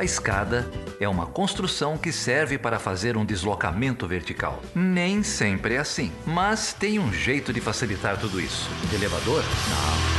A escada é uma construção que serve para fazer um deslocamento vertical. Nem sempre é assim, mas tem um jeito de facilitar tudo isso. Elevador? Não.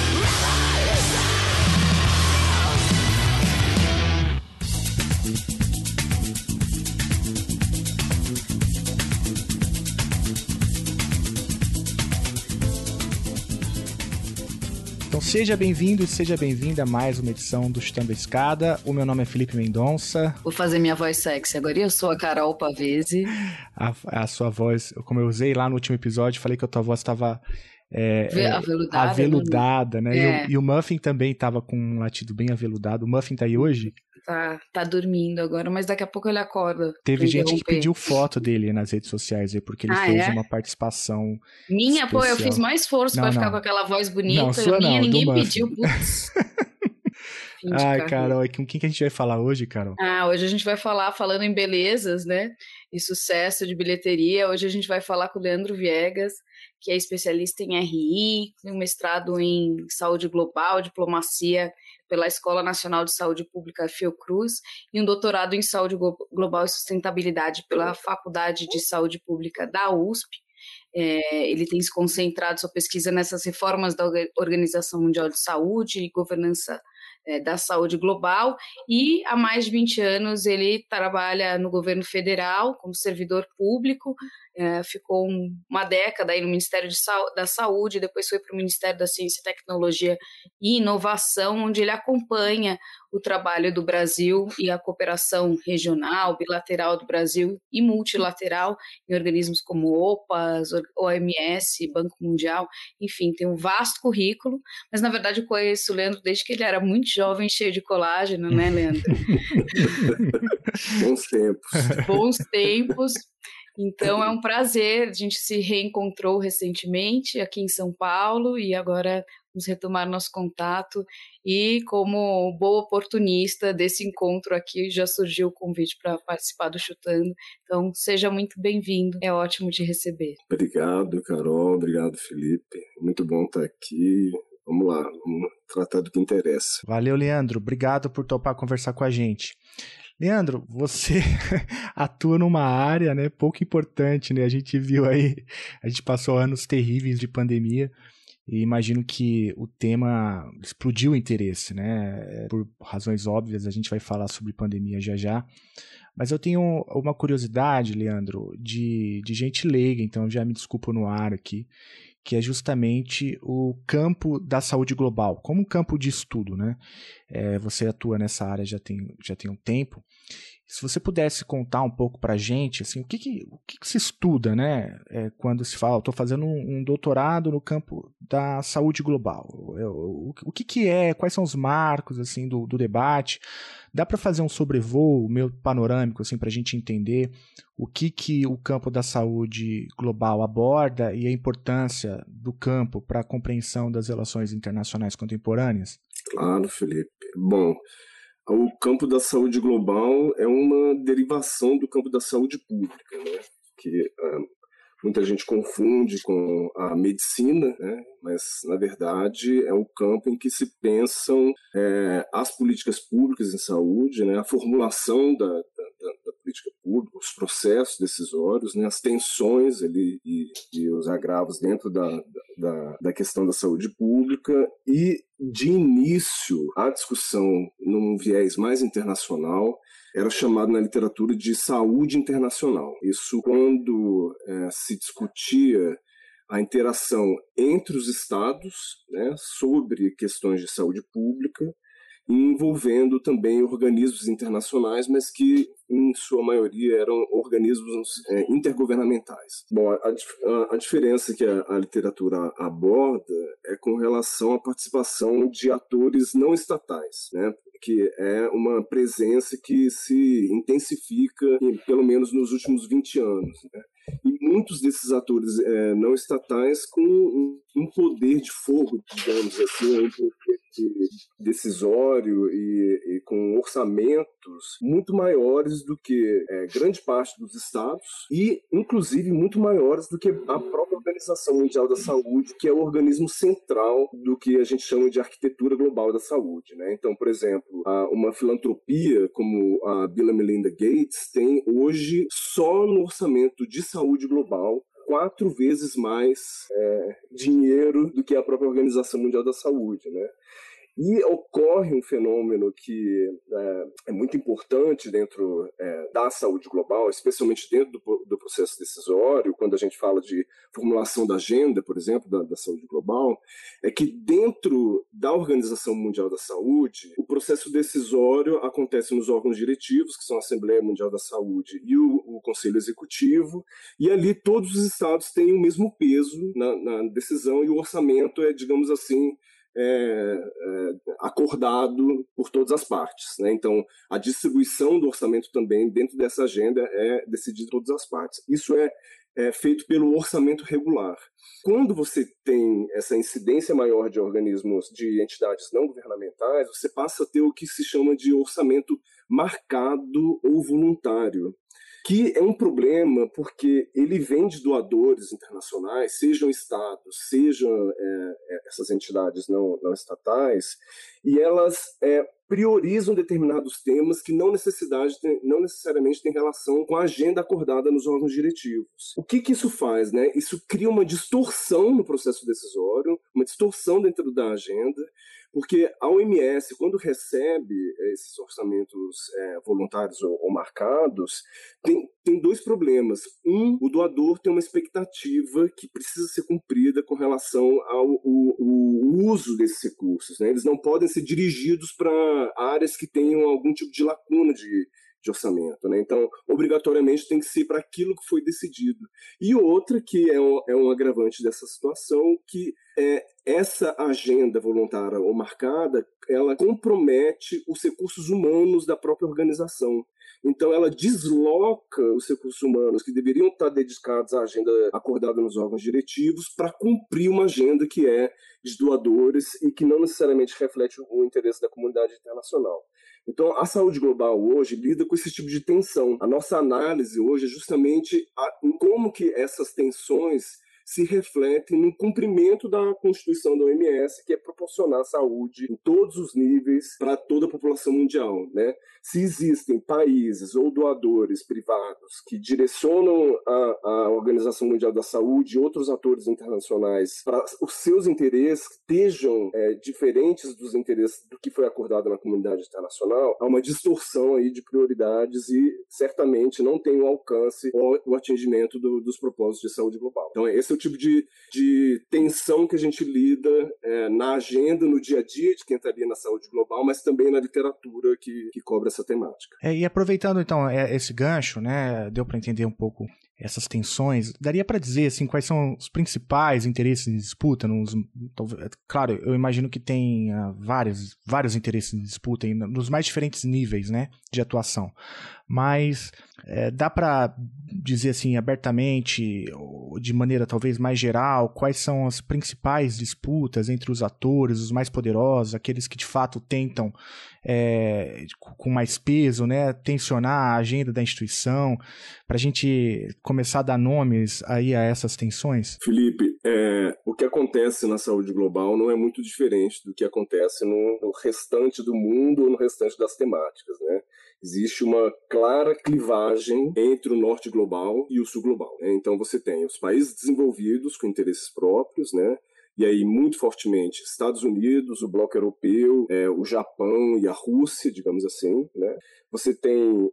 Então seja bem-vindo e seja bem-vinda a mais uma edição do Chutando a Escada. O meu nome é Felipe Mendonça. Vou fazer minha voz sexy agora. Eu sou a Carol Pavese. A sua voz, como eu usei lá no último episódio, falei que a tua voz estava aveludada, né? É. E o Muffin também estava com um latido bem aveludado. O Muffin tá aí hoje? Tá dormindo agora, mas daqui a pouco ele acorda. Teve gente que pediu foto dele nas redes sociais, porque ele fez uma participação Minha, especial. Eu fiz mais esforço pra ficar com aquela voz bonita. Não, sua minha não, ninguém do pediu, putz. Ai, Carol, com quem que a gente vai falar hoje, Carol? Hoje a gente vai falar, falando em belezas, né, e sucesso de bilheteria, hoje a gente vai falar com o Leandro Viegas, que é especialista em RI, tem um mestrado em saúde global, diplomacia pela Escola Nacional de Saúde Pública Fiocruz e um doutorado em saúde global e sustentabilidade pela Faculdade de Saúde Pública da USP. Ele tem se concentrado sua pesquisa nessas reformas da Organização Mundial de Saúde e governança da saúde global, e há mais de 20 anos ele trabalha no governo federal como servidor público, ficou uma década aí no Ministério da Saúde, depois foi para o Ministério da Ciência, Tecnologia e Inovação, onde ele acompanha o trabalho do Brasil e a cooperação regional, bilateral do Brasil e multilateral em organismos como OPAS, OMS, Banco Mundial, enfim, tem um vasto currículo, mas na verdade eu conheço o Leandro desde que ele era muito jovem, cheio de colágeno, né, Leandro? Bons tempos. Bons tempos. Então é um prazer, a gente se reencontrou recentemente aqui em São Paulo e agora vamos retomar nosso contato, e como boa oportunista desse encontro aqui, já surgiu o convite para participar do Chutando, então seja muito bem-vindo, é ótimo te receber. Obrigado, Carol, obrigado, Felipe, muito bom estar aqui. Vamos lá, vamos tratar do que interessa. Valeu, Leandro, obrigado por topar conversar com a gente. Leandro, você atua numa área, né, pouco importante, né? A gente viu aí, a gente passou anos terríveis de pandemia e imagino que o tema explodiu o interesse, né? Por razões óbvias, a gente vai falar sobre pandemia já. Mas eu tenho uma curiosidade, Leandro, de gente leiga, então já me desculpo no ar aqui, que é justamente o campo da saúde global, como um campo de estudo, né? Você atua nessa área já tem um tempo. Se você pudesse contar um pouco para a gente, assim, o que se estuda, né? Quando se fala, estou fazendo um doutorado no campo da saúde global. O que é? Quais são os marcos assim do debate? Dá para fazer um sobrevoo meio panorâmico assim, para a gente entender o que o campo da saúde global aborda e a importância do campo para a compreensão das relações internacionais contemporâneas? Claro, Felipe. Bom, o campo da saúde global é uma derivação do campo da saúde pública, né? Que muita gente confunde com a medicina, né? Mas, na verdade, é o campo em que se pensam as políticas públicas em saúde, né? A formulação da política pública, os processos decisórios, né? As tensões ali e os agravos dentro da questão da saúde pública, e, de início, a discussão num viés mais internacional era chamado na literatura de saúde internacional. Isso quando se discutia a interação entre os estados, né, sobre questões de saúde pública, envolvendo também organismos internacionais, mas que, em sua maioria, eram organismos intergovernamentais. Bom, a diferença que a literatura aborda é com relação à participação de atores não estatais, né? Que é uma presença que se intensifica, pelo menos nos últimos 20 anos, né? E muitos desses atores não estatais com um poder de fogo, digamos assim, um poder decisório e com orçamentos muito maiores do que grande parte dos estados e, inclusive, muito maiores do que a própria Organização Mundial da Saúde, que é o organismo central do que a gente chama de arquitetura global da saúde, né? Então, por exemplo, uma filantropia como a Bill e Melinda Gates tem hoje, só no orçamento de saúde global, 4 vezes mais dinheiro do que a própria Organização Mundial da Saúde, né? E ocorre um fenômeno que é muito importante dentro da saúde global, especialmente dentro do processo decisório, quando a gente fala de formulação da agenda, por exemplo, da saúde global, é que dentro da Organização Mundial da Saúde, o processo decisório acontece nos órgãos diretivos, que são a Assembleia Mundial da Saúde e o Conselho Executivo, e ali todos os estados têm o mesmo peso na decisão, e o orçamento é, digamos assim, acordado por todas as partes, né? Então, a distribuição do orçamento também dentro dessa agenda é decidida por todas as partes. Isso é feito pelo orçamento regular. Quando você tem essa incidência maior de organismos, de entidades não governamentais, você passa a ter o que se chama de orçamento marcado ou voluntário, que é um problema porque ele vem de doadores internacionais, sejam estados, sejam essas entidades não estatais, e elas priorizam determinados temas que não necessariamente têm relação com a agenda acordada nos órgãos diretivos. O que isso faz, né? Isso cria uma distorção no processo decisório, uma distorção dentro da agenda, porque a OMS, quando recebe esses orçamentos voluntários ou marcados, tem 2 problemas. O doador tem uma expectativa que precisa ser cumprida com relação ao uso desses recursos, né? Eles não podem ser dirigidos para áreas que tenham algum tipo de lacuna de orçamento, né? Então, obrigatoriamente tem que ser para aquilo que foi decidido. E outra, que é um agravante dessa situação, que essa agenda voluntária ou marcada, ela compromete os recursos humanos da própria organização. Então, ela desloca os recursos humanos que deveriam estar dedicados à agenda acordada nos órgãos diretivos para cumprir uma agenda que é de doadores e que não necessariamente reflete o interesse da comunidade internacional. Então, a saúde global hoje lida com esse tipo de tensão. A nossa análise hoje é justamente em como que essas tensões se refletem no cumprimento da Constituição da OMS, que é proporcionar saúde em todos os níveis para toda a população mundial, né? Se existem países ou doadores privados que direcionam a Organização Mundial da Saúde e outros atores internacionais para os seus interesses estejam diferentes dos interesses do que foi acordado na comunidade internacional, há uma distorção aí de prioridades e certamente não tem o alcance ou o atingimento dos propósitos de saúde global. Então, esse é o tipo de tensão que a gente lida na agenda, no dia a dia de quem está ali na saúde global, mas também na literatura que cobre essa temática. E aproveitando, então, esse gancho, né, deu para entender um pouco essas tensões, daria para dizer, assim, quais são os principais interesses em disputa? Claro, eu imagino que tem vários interesses em disputa nos mais diferentes níveis, né, de atuação, mas dá para dizer, assim, abertamente, ou de maneira talvez mais geral, quais são as principais disputas entre os atores, os mais poderosos, aqueles que de fato tentam, com mais peso, né, tensionar a agenda da instituição, para a gente começar a dar nomes aí a essas tensões? Felipe, o que acontece na saúde global não é muito diferente do que acontece no restante do mundo ou no restante das temáticas, né? Existe uma clara clivagem entre o norte global e o sul global, né? Então você tem os países desenvolvidos com interesses próprios, né? E aí, muito fortemente, Estados Unidos, o bloco europeu, o Japão e a Rússia, digamos assim, né? Você tem,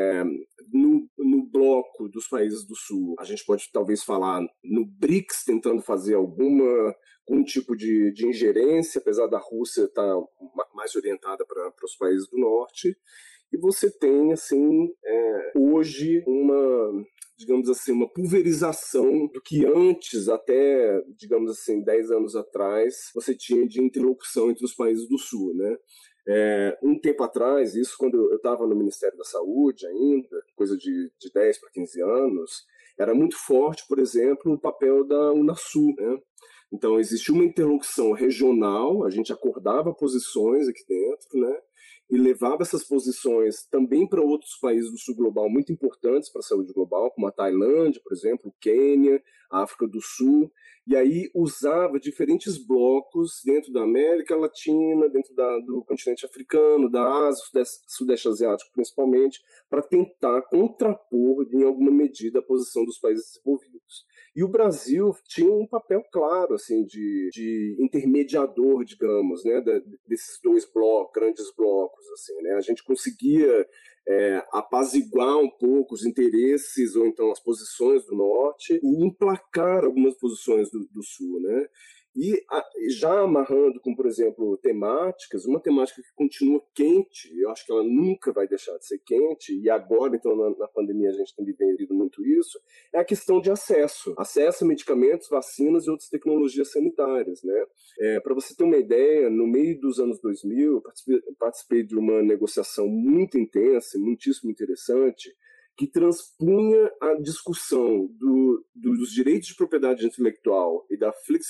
no bloco dos países do Sul, a gente pode talvez falar no BRICS, tentando fazer algum tipo de ingerência, apesar da Rússia estar mais orientada para os países do Norte. E você tem, assim, hoje digamos assim, uma pulverização do que antes, até, digamos assim, 10 anos atrás, você tinha de interlocução entre os países do Sul, né? Um tempo atrás, isso quando eu estava no Ministério da Saúde ainda, coisa de 10 para 15 anos, era muito forte, por exemplo, o papel da Unasul, né? Então, existia uma interlocução regional, a gente acordava posições aqui dentro, né? E levava essas posições também para outros países do sul global muito importantes para a saúde global, como a Tailândia, por exemplo, o Quênia, a África do Sul, e aí usava diferentes blocos dentro da América Latina, dentro do continente africano, da Ásia, Sudeste Asiático principalmente, para tentar contrapor, em alguma medida, a posição dos países desenvolvidos. E o Brasil tinha um papel claro assim, de intermediador, digamos, né, desses dois grandes blocos. Assim, né? A gente conseguia apaziguar um pouco os interesses ou então as posições do Norte e emplacar algumas posições do Sul. Né? E já amarrando com, por exemplo, temáticas, uma temática que continua quente, eu acho que ela nunca vai deixar de ser quente, e agora, então, na pandemia a gente tem vivido muito isso, é a questão de acesso a medicamentos, vacinas e outras tecnologias sanitárias. Né? Para você ter uma ideia, no meio dos anos 2000, eu participei de uma negociação muito intensa, muitíssimo interessante, que transpunha a discussão dos direitos de propriedade intelectual e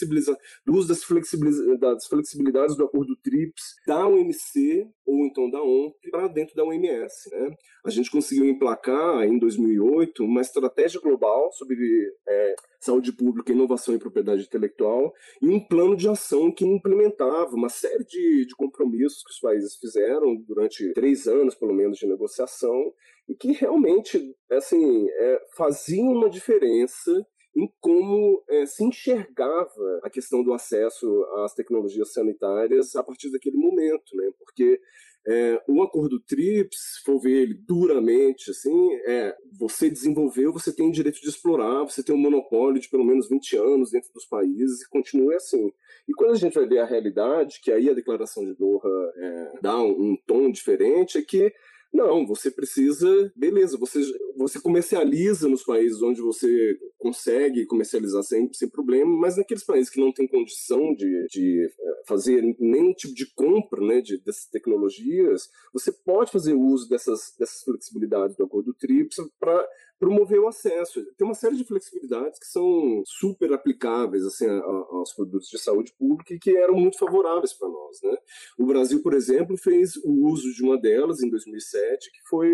do uso das flexibilidades do acordo TRIPS da OMC ou então da OMC para dentro da OMS. Né? A gente conseguiu emplacar, em 2008, uma estratégia global sobre saúde pública, inovação e propriedade intelectual e um plano de ação que implementava uma série de compromissos que os países fizeram durante 3 anos, pelo menos, de negociação, e que realmente assim, faziam uma diferença em como se enxergava a questão do acesso às tecnologias sanitárias a partir daquele momento, né? Porque o acordo TRIPS, se for ver ele duramente, assim, você desenvolveu, você tem o direito de explorar, você tem um monopólio de pelo menos 20 anos dentro dos países e continua assim. E quando a gente vai ver a realidade, que aí a declaração de Doha dá um tom diferente, é que não, você precisa, beleza, você comercializa nos países onde você consegue comercializar sem problema, mas naqueles países que não têm condição de fazer nenhum tipo de compra, né, dessas tecnologias, você pode fazer uso dessas flexibilidades do acordo TRIPS para promover o acesso. Tem uma série de flexibilidades que são super aplicáveis assim, aos produtos de saúde pública e que eram muito favoráveis para nós. Né? O Brasil, por exemplo, fez o uso de uma delas em 2007, que foi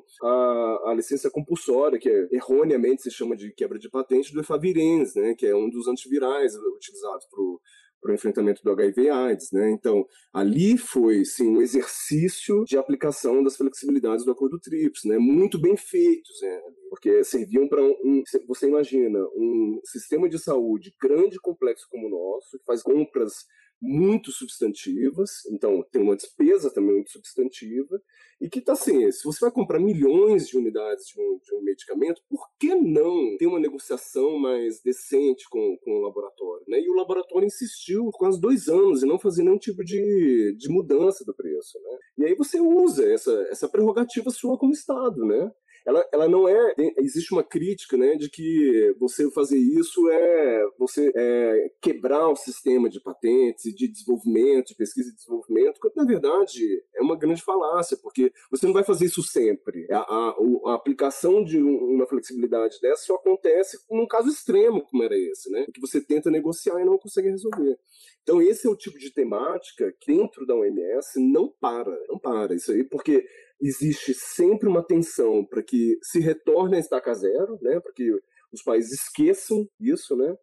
a licença compulsória, que erroneamente se chama de quebra de patente, do Efavirenz, né? Que é um dos antivirais utilizados para o enfrentamento do HIV/AIDS, né? Então, ali foi, sim, um exercício de aplicação das flexibilidades do acordo TRIPS, né? Muito bem feitos, né? Porque serviam para você imagina, um sistema de saúde grande e complexo como o nosso, que faz compras muito substantivas, então tem uma despesa também muito substantiva, e que está assim, se você vai comprar milhões de unidades de um medicamento, por que não ter uma negociação mais decente com o laboratório? Né? E o laboratório insistiu por quase 2 anos em não fazer nenhum tipo de mudança do preço. Né? E aí você usa essa prerrogativa sua como Estado, né? Ela não existe uma crítica, né, de que você fazer isso você quebrar o sistema de patentes e de desenvolvimento, de pesquisa e desenvolvimento, quando na verdade é uma grande falácia, porque você não vai fazer isso sempre. A aplicação de uma flexibilidade dessa só acontece num caso extremo como era esse, né, que você tenta negociar e não consegue resolver. Então esse é o tipo de temática que dentro da OMS não para isso aí, porque existe sempre uma tensão para que se retorne a estaca zero, né, para que os países esqueçam isso, né?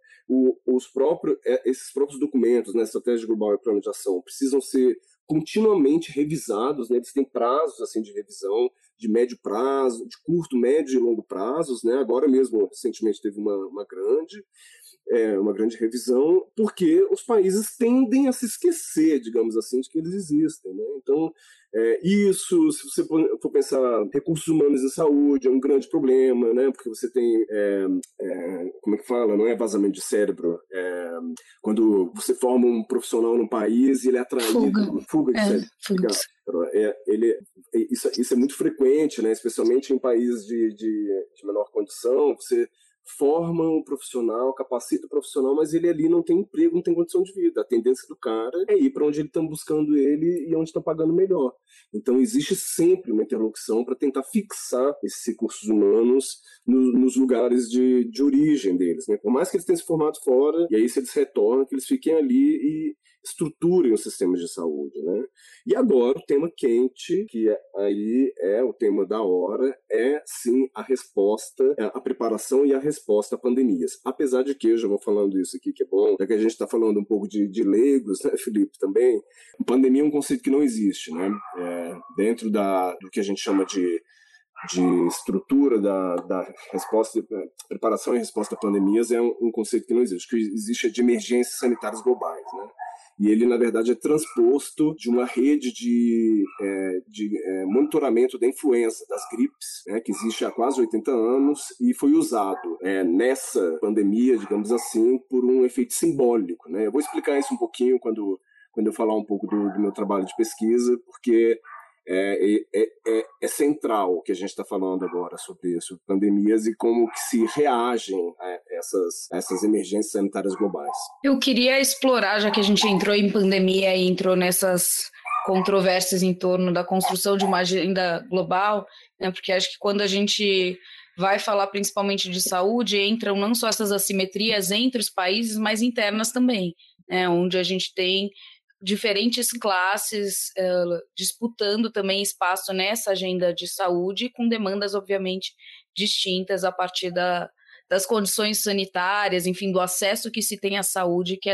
Esses próprios documentos, né, estratégia global e plano de ação, precisam ser continuamente revisados, né? Eles têm prazos assim de revisão de médio prazo, de curto, médio e longo prazos, né? Agora mesmo, recentemente, teve uma grande revisão, porque os países tendem a se esquecer, digamos assim, de que eles existem. Né? Então, isso, se você for pensar recursos humanos em saúde, é um grande problema, né? Porque você tem, como é que fala? Não é vazamento de cérebro. Quando você forma um profissional num país e ele é atraído... Fuga de cérebro. Isso é muito frequente, né? Especialmente em países de menor condição. Você forma um profissional, capacita o profissional, mas ele ali não tem emprego, não tem condição de vida. A tendência do cara é ir para onde eles estão buscando ele e onde estão pagando melhor. Então existe sempre uma interlocução para tentar fixar esses recursos humanos nos lugares de origem deles, né? Por mais que eles tenham se formado fora, e aí se eles retornam, que eles fiquem ali e estruturem os sistemas de saúde, né? E agora o tema quente, que aí é o tema da hora, é sim a resposta, a preparação e a resposta a pandemias. Apesar de que, eu já vou falando isso aqui, que é bom, já que a gente está falando um pouco de leigos, né, Felipe, também, pandemia é um conceito que não existe, né? Dentro do que a gente chama de estrutura da resposta, preparação e resposta a pandemias é um conceito que não existe. O que existe é de emergências sanitárias globais, né? E ele, na verdade, é transposto de uma rede de monitoramento da influenza, das gripes, né, que existe há quase 80 anos e foi usado nessa pandemia, digamos assim, por um efeito simbólico, né? Eu vou explicar isso um pouquinho quando eu falar um pouco do meu trabalho de pesquisa, porque é central o que a gente está falando agora sobre pandemias e como que se reagem a essas emergências sanitárias globais. Eu queria explorar, já que a gente entrou em pandemia e entrou nessas controvérsias em torno da construção de uma agenda global, né, porque acho que quando a gente vai falar principalmente de saúde, entram não só essas assimetrias entre os países, mas internas também, né, onde a gente tem diferentes classes disputando também espaço nessa agenda de saúde, com demandas, obviamente, distintas a partir das condições sanitárias, enfim, do acesso que se tem à saúde, que é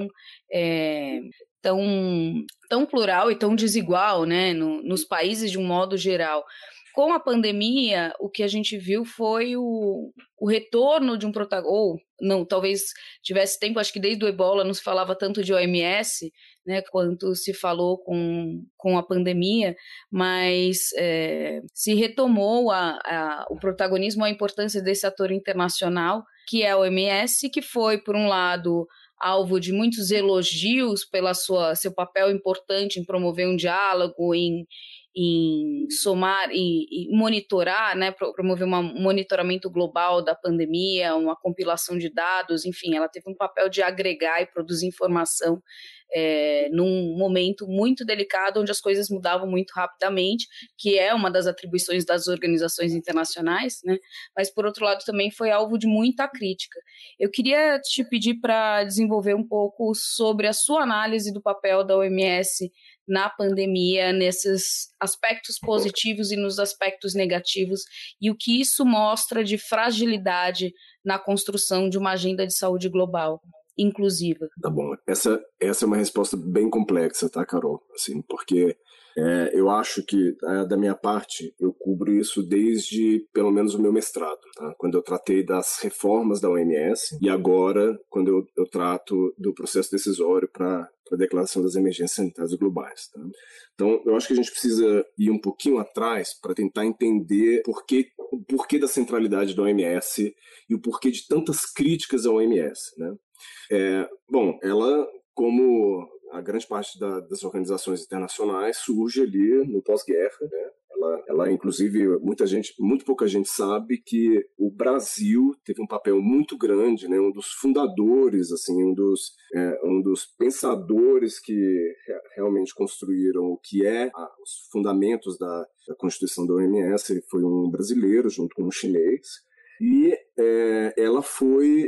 tão plural e tão desigual, né, nos países de um modo geral. Com a pandemia, o que a gente viu foi o retorno de um protagonista, ou não, talvez tivesse tempo, acho que desde o Ebola não se falava tanto de OMS, né, quanto se falou com a pandemia, mas se retomou o protagonismo, a importância desse ator internacional, que é a OMS, que foi, por um lado, alvo de muitos elogios pela seu papel importante em promover um diálogo, em somar e monitorar, né, promover um monitoramento global da pandemia, uma compilação de dados, enfim, ela teve um papel de agregar e produzir informação num momento muito delicado, onde as coisas mudavam muito rapidamente, que é uma das atribuições das organizações internacionais, né? Mas, por outro lado, também foi alvo de muita crítica. Eu queria te pedir para desenvolver um pouco sobre a sua análise do papel da OMS na pandemia, nesses aspectos positivos e nos aspectos negativos, e o que isso mostra de fragilidade na construção de uma agenda de saúde global inclusiva. Tá bom. Essa é uma resposta bem complexa, tá, Carol? Assim, porque eu acho que, da minha parte, eu cubro isso desde, pelo menos, o meu mestrado, tá? Quando eu tratei das reformas da OMS e agora, quando eu trato do processo decisório para a declaração das emergências sanitárias globais, tá? Então, eu acho que a gente precisa ir um pouquinho atrás para tentar entender o porquê da centralidade da OMS e o porquê de tantas críticas à OMS, né? Bom, ela, como a grande parte das organizações internacionais, surge ali no pós-guerra, né? Ela, inclusive, muito pouca gente sabe que o Brasil teve um papel muito grande, né? Um dos fundadores, assim, um dos pensadores que realmente construíram o que os fundamentos da Constituição da OMS, foi um brasileiro junto com um chinês. E ela foi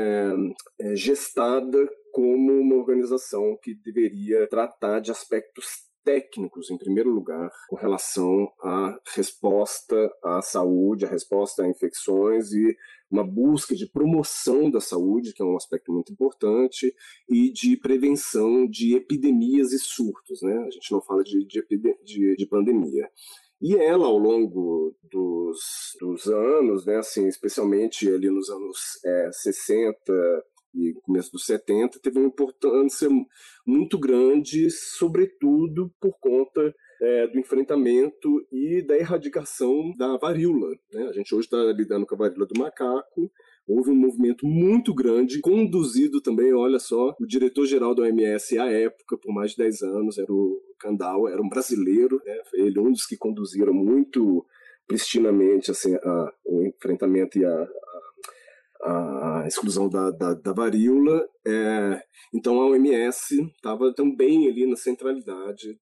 gestada como uma organização que deveria tratar de aspectos técnicos, em primeiro lugar, com relação à resposta à saúde, à resposta a infecções e uma busca de promoção da saúde, que é um aspecto muito importante, e de prevenção de epidemias e surtos, né? A gente não fala de pandemia. E ela, ao longo dos anos, né, assim, especialmente ali nos anos 60 e começo dos 70, teve uma importância muito grande, sobretudo por conta do enfrentamento e da erradicação da varíola, né? A gente hoje está lidando com a varíola do macaco. Houve um movimento muito grande, conduzido também, olha só, o diretor-geral da OMS à época, por mais de 10 anos, era o Kandau, era um brasileiro, né? Foi ele um dos que conduziram muito pristinamente assim, o enfrentamento e a exclusão da varíola. Então a OMS estava também ali na centralidade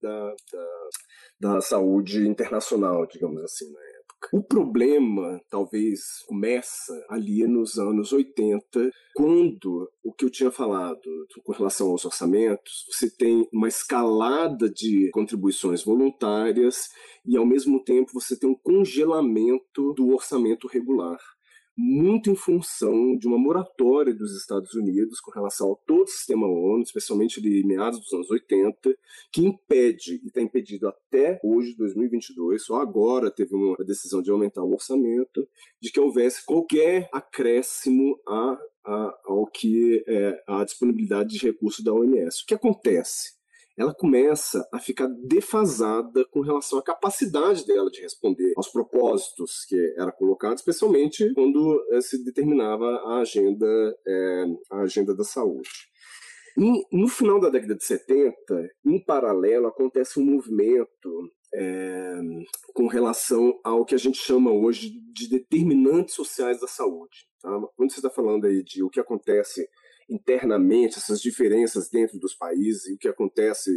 da saúde internacional, digamos assim, né? O problema, talvez, começa ali nos anos 80, quando o que eu tinha falado com relação aos orçamentos, você tem uma escalada de contribuições voluntárias e, ao mesmo tempo, você tem um congelamento do orçamento regular, muito em função de uma moratória dos Estados Unidos com relação a todo o sistema ONU, especialmente de meados dos anos 80, que impede, e está impedido até hoje, 2022, só agora teve uma decisão de aumentar o orçamento, de que houvesse qualquer acréscimo ao que é a disponibilidade de recursos da OMS. O que acontece? Ela começa a ficar defasada com relação à capacidade dela de responder aos propósitos que era colocado, especialmente quando se determinava a agenda da saúde. No final da década de 70, em paralelo, acontece um movimento com relação ao que a gente chama hoje de determinantes sociais da saúde. Tá? Quando você está falando aí de o que acontece internamente, essas diferenças dentro dos países e o que acontece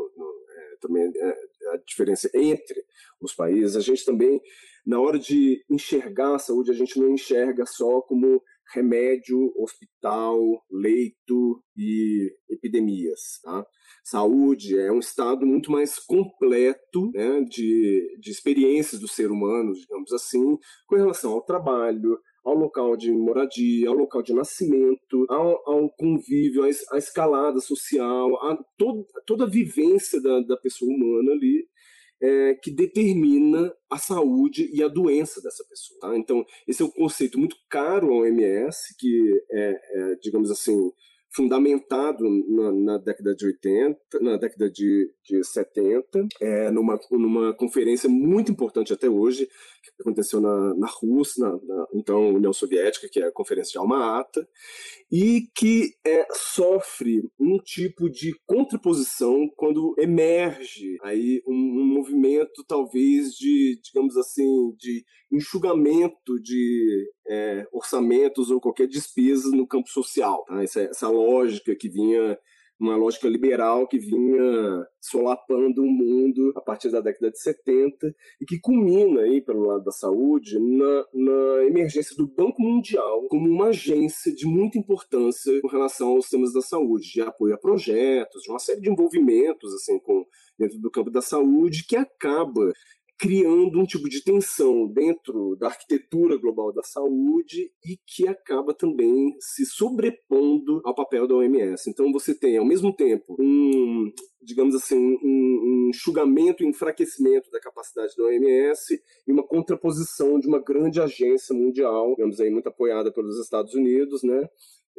também a diferença entre os países, a gente também, na hora de enxergar a saúde, a gente não enxerga só como remédio, hospital, leito e epidemias. Tá? Saúde é um estado muito mais completo, né, de experiências do ser humano, digamos assim, com relação ao trabalho, ao local de moradia, ao local de nascimento, ao convívio, à escalada social, a toda a vivência da pessoa humana ali, que determina a saúde e a doença dessa pessoa. Tá? Então, esse é um conceito muito caro ao OMS, que digamos assim, fundamentado na década de 80, na década de 70, numa conferência muito importante até hoje, que aconteceu na Rússia, então União Soviética, que é a Conferência de Alma-Ata, e que sofre um tipo de contraposição quando emerge aí um movimento, talvez, de, digamos assim, de enxugamento de orçamentos ou qualquer despesa no campo social. Tá? Essa lógica que vinha, uma lógica liberal que vinha solapando o mundo a partir da década de 70 e que culmina aí, pelo lado da saúde, na emergência do Banco Mundial como uma agência de muita importância com relação aos temas da saúde, de apoio a projetos, de uma série de envolvimentos assim, dentro do campo da saúde, que acaba criando um tipo de tensão dentro da arquitetura global da saúde e que acaba também se sobrepondo ao papel da OMS. Então você tem, ao mesmo tempo, digamos assim, um enxugamento e enfraquecimento da capacidade da OMS e uma contraposição de uma grande agência mundial, digamos aí, muito apoiada pelos Estados Unidos, né,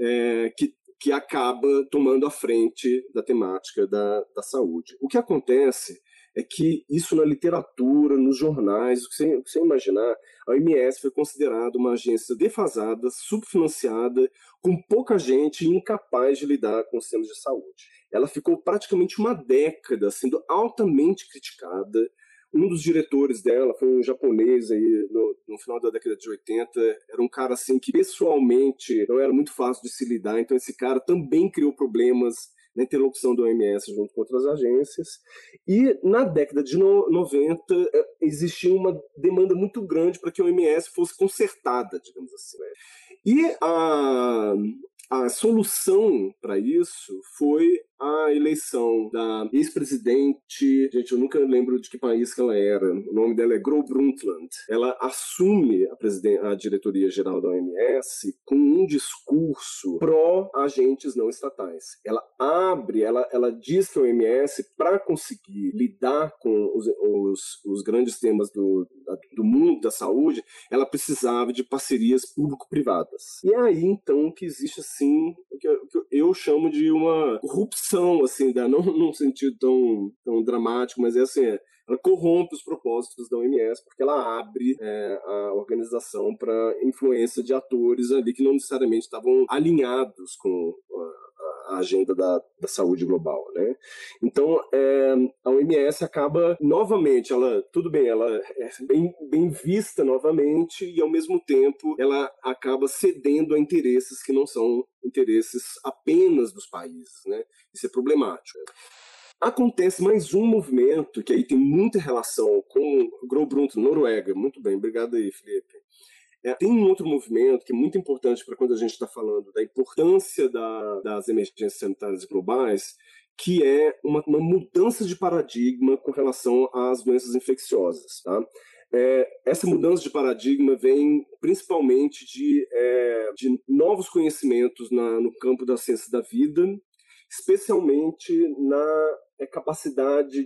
que acaba tomando a frente da temática da saúde. O que acontece é que isso na literatura, nos jornais, o que você imaginar, a OMS foi considerada uma agência defasada, subfinanciada, com pouca gente e incapaz de lidar com os temas de saúde. Ela ficou praticamente uma década sendo altamente criticada. Um dos diretores dela foi um japonês aí no final da década de 80, era um cara assim que pessoalmente não era muito fácil de se lidar, então esse cara também criou problemas na interlocução da OMS junto com outras agências. E na década de 90 existia uma demanda muito grande para que a OMS fosse consertada, digamos assim. Né? E a solução para isso foi a eleição da ex-presidente, gente, eu nunca lembro de que país que ela era, o nome dela é Gro Brundtland. Ela assume a diretoria-geral da OMS com um discurso pró-agentes não estatais. Ela diz que a OMS, para conseguir lidar com os grandes temas do mundo da saúde, ela precisava de parcerias público-privadas. E é aí, então, que existe, assim, o que eu chamo de uma corrupção, assim, não num sentido tão dramático, mas assim, ela corrompe os propósitos da OMS porque ela abre a organização para influência de atores ali que não necessariamente estavam alinhados com a agenda da saúde global, né? Então, a OMS acaba, novamente, ela é bem vista novamente e, ao mesmo tempo, ela acaba cedendo a interesses que não são interesses apenas dos países, né? Isso é problemático. Acontece mais um movimento que aí tem muita relação com Gro-Brunto, Noruega. Muito bem, obrigado aí, Felipe. Tem um outro movimento que é muito importante para quando a gente está falando da importância das emergências sanitárias globais, que é uma mudança de paradigma com relação às doenças infecciosas. Tá? Essa mudança de paradigma vem principalmente de novos conhecimentos no campo da ciência da vida, especialmente na capacidade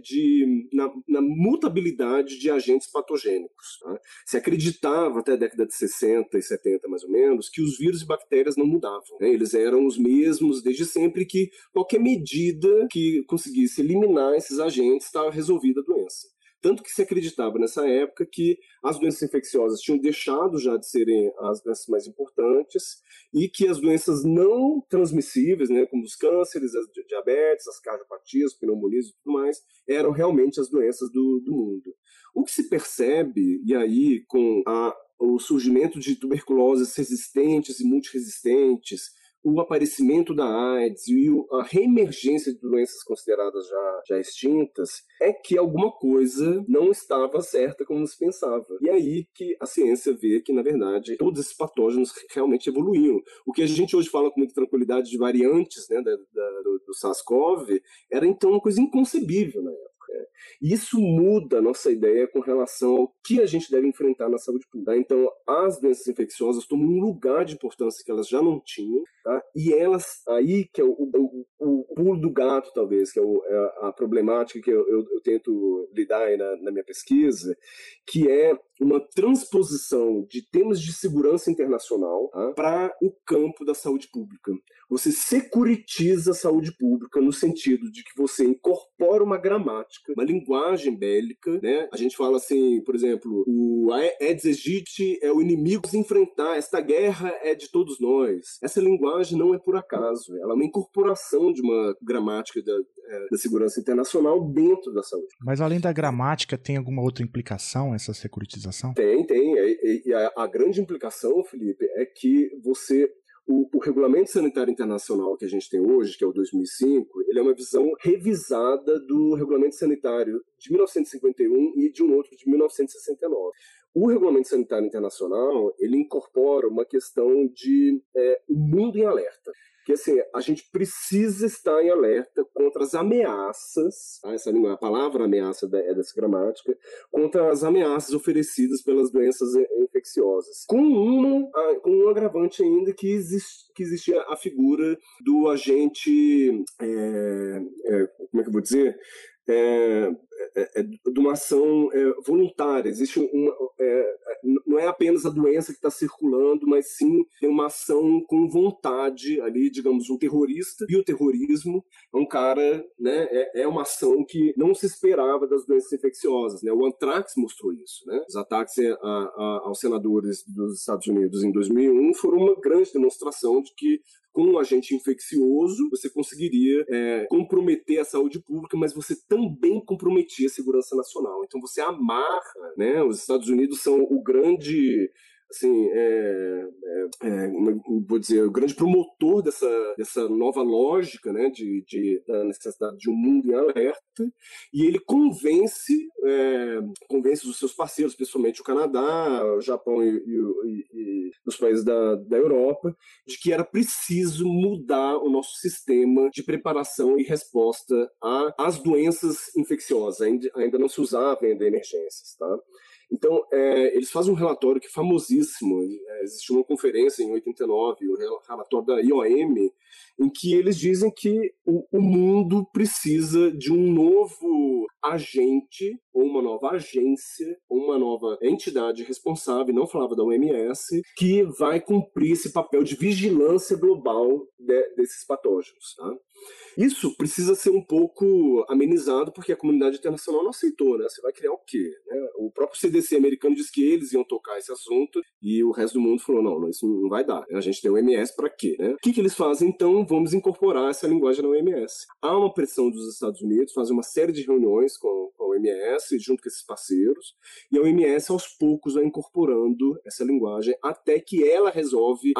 na mutabilidade de agentes patogênicos. Tá? Se acreditava até a década de 60 e 70, mais ou menos, que os vírus e bactérias não mudavam. Né? Eles eram os mesmos desde sempre, que qualquer medida que conseguisse eliminar esses agentes estava resolvida a doença. Tanto que se acreditava nessa época que as doenças infecciosas tinham deixado já de serem as doenças mais importantes e que as doenças não transmissíveis, né, como os cânceres, as diabetes, as cardiopatias, pneumonias e tudo mais, eram realmente as doenças do mundo. O que se percebe, e aí com o surgimento de tuberculoses resistentes e multiresistentes, o aparecimento da AIDS e a reemergência de doenças consideradas já extintas, é que alguma coisa não estava certa como se pensava. E aí que a ciência vê que, na verdade, todos esses patógenos realmente evoluíam. O que a gente hoje fala com muita tranquilidade de variantes, né, do SARS-CoV, era então uma coisa inconcebível na época. E isso muda a nossa ideia com relação ao que a gente deve enfrentar na saúde pública. Então, as doenças infecciosas tomam um lugar de importância que elas já não tinham, tá? E elas, aí que é o pulo do gato, talvez, que é a problemática que eu tento lidar aí na minha pesquisa, que é uma transposição de temas de segurança internacional, tá, para o campo da saúde pública. Você securitiza a saúde pública no sentido de que você incorpora uma gramática, uma linguagem bélica, né? A gente fala assim, por exemplo, o Aedes aegypti é o inimigo a enfrentar, esta guerra é de todos nós. Essa linguagem não é por acaso, ela é uma incorporação de uma gramática da segurança internacional dentro da saúde. Mas além da gramática, tem alguma outra implicação essa securitização? Tem. E a grande implicação, Felipe, é que o Regulamento Sanitário Internacional que a gente tem hoje, que é o 2005, ele é uma visão revisada do Regulamento Sanitário de 1951 e de um outro de 1969. O Regulamento Sanitário Internacional, ele incorpora uma questão de o mundo em alerta. Que assim, a gente precisa estar em alerta contra as ameaças, tá? A palavra ameaça é dessa gramática, contra as ameaças oferecidas pelas doenças infecciosas. Com um agravante ainda que existia a figura do agente, como é que eu vou dizer? De uma ação voluntária. Existe não é apenas a doença que está circulando, mas sim tem uma ação com vontade ali, digamos, um terrorista. E o terrorismo é um cara, né, é uma ação que não se esperava das doenças infecciosas, né? O antrax mostrou isso, né? Os ataques aos senadores dos Estados Unidos em 2001 foram uma grande demonstração de que com um agente infeccioso, você conseguiria comprometer a saúde pública, mas você também comprometia a segurança nacional. Então você amarra, né? Os Estados Unidos são o grande, assim, vou dizer, o grande promotor dessa nova lógica, né, da necessidade de um mundo em alerta, e ele convence os seus parceiros, principalmente o Canadá, o Japão e os países da Europa, de que era preciso mudar o nosso sistema de preparação e resposta às doenças infecciosas. Ainda não se usava ainda emergências, tá? Então, eles fazem um relatório que é famosíssimo, existiu uma conferência em 89, o relatório da IOM, em que eles dizem que o mundo precisa de um novo agente, ou uma nova agência, ou uma nova entidade responsável, não falava da OMS, que vai cumprir esse papel de vigilância global desses patógenos, tá? Isso precisa ser um pouco amenizado porque a comunidade internacional não aceitou, né? Você vai criar o quê? Né? O próprio CDC americano disse que eles iam tocar esse assunto e o resto do mundo falou, não, isso não vai dar. A gente tem o OMS para quê? Né? O que eles fazem, então? Vamos incorporar essa linguagem na OMS. Há uma pressão dos Estados Unidos, fazem uma série de reuniões com a OMS, junto com esses parceiros, e a OMS, aos poucos, vai incorporando essa linguagem até que ela resolve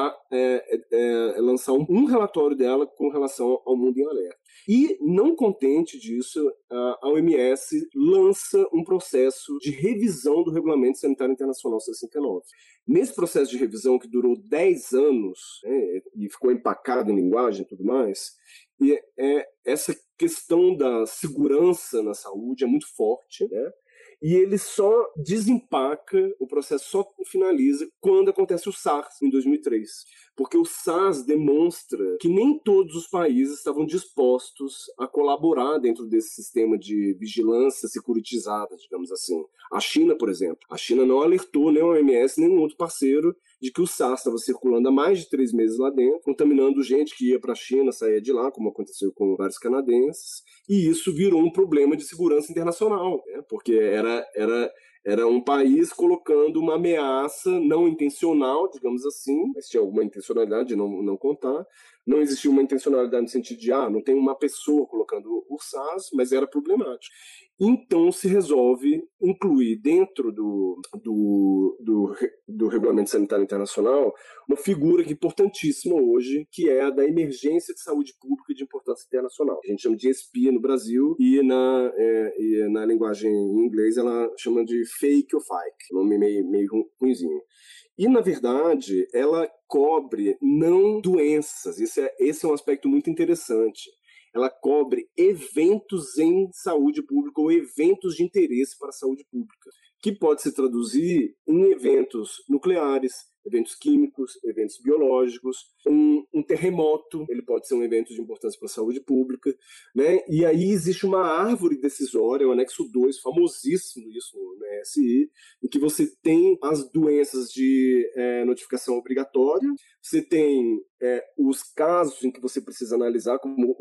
lançar um relatório dela com relação ao mundo em alerta. E, não contente disso, a OMS lança um processo de revisão do Regulamento Sanitário Internacional 69. Nesse processo de revisão, que durou 10 anos, né, e ficou empacado em linguagem e tudo mais, e essa questão da segurança na saúde é muito forte, né? E ele só desempaca, o processo só finaliza quando acontece o SARS, em 2003. Porque o SARS demonstra que nem todos os países estavam dispostos a colaborar dentro desse sistema de vigilância securitizada, digamos assim. A China, por exemplo. A China não alertou nem a OMS, nem um outro parceiro de que o SARS estava circulando há mais de 3 meses lá dentro, contaminando gente que ia para a China, saía de lá, como aconteceu com vários canadenses. E isso virou um problema de segurança internacional, né? Porque era um país colocando uma ameaça não intencional, digamos assim, mas tinha alguma intencionalidade de não contar. Não existia uma intencionalidade no sentido de, não tem uma pessoa colocando o SARS, mas era problemático. Então se resolve incluir dentro do Regulamento Sanitário Internacional uma figura que é importantíssima hoje, que é a da emergência de saúde pública de importância internacional. A gente chama de ESPI no Brasil e na linguagem em inglês ela chama de FAKE ou FIKE, nome meio ruimzinho. E, na verdade, ela cobre não doenças. Esse é um aspecto muito interessante. Ela cobre eventos em saúde pública ou eventos de interesse para a saúde pública, que pode se traduzir em eventos nucleares, eventos químicos, eventos biológicos, um terremoto, ele pode ser um evento de importância para a saúde pública, né? E aí existe uma árvore decisória, o anexo 2, famosíssimo isso no ESI, em que você tem as doenças de notificação obrigatória, você tem os casos em que você precisa analisar, como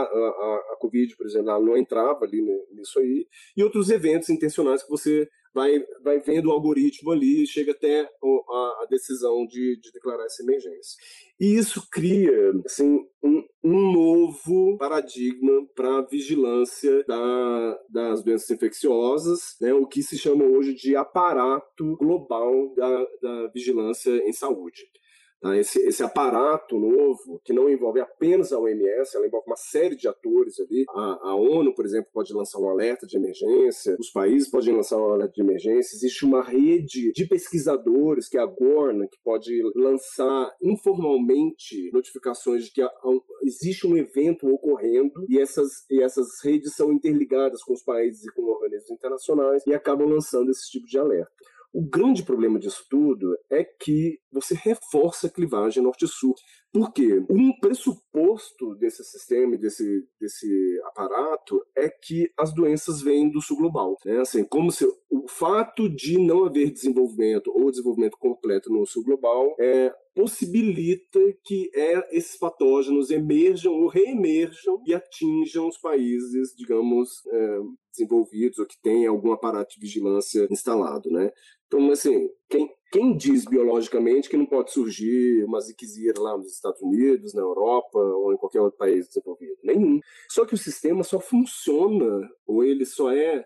a Covid, por exemplo, ela não entrava ali nisso aí, e outros eventos intencionais que você vai vendo o algoritmo ali e chega até a decisão de declarar essa emergência. E isso cria assim, um novo paradigma para a vigilância das doenças infecciosas, né, o que se chama hoje de aparato global da vigilância em saúde. Esse aparato novo, que não envolve apenas a OMS, ela envolve uma série de atores ali. A ONU, por exemplo, pode lançar um alerta de emergência, os países podem lançar um alerta de emergência, existe uma rede de pesquisadores, que é a GORNA, que pode lançar informalmente notificações de que existe um evento ocorrendo e essas redes são interligadas com os países e com organismos internacionais e acabam lançando esse tipo de alerta. O grande problema disso tudo é que você reforça a clivagem norte-sul. Por quê? Um pressuposto desse sistema, desse aparato, é que as doenças vêm do sul global. Né? Assim, como se o fato de não haver desenvolvimento ou desenvolvimento completo no sul global possibilita que esses patógenos emerjam ou reemerjam e atinjam os países, digamos, desenvolvidos ou que têm algum aparato de vigilância instalado, né? Então, assim, quem diz biologicamente que não pode surgir uma ziquezira lá nos Estados Unidos, na Europa ou em qualquer outro país desenvolvido? Nenhum. Só que o sistema só funciona ou ele só é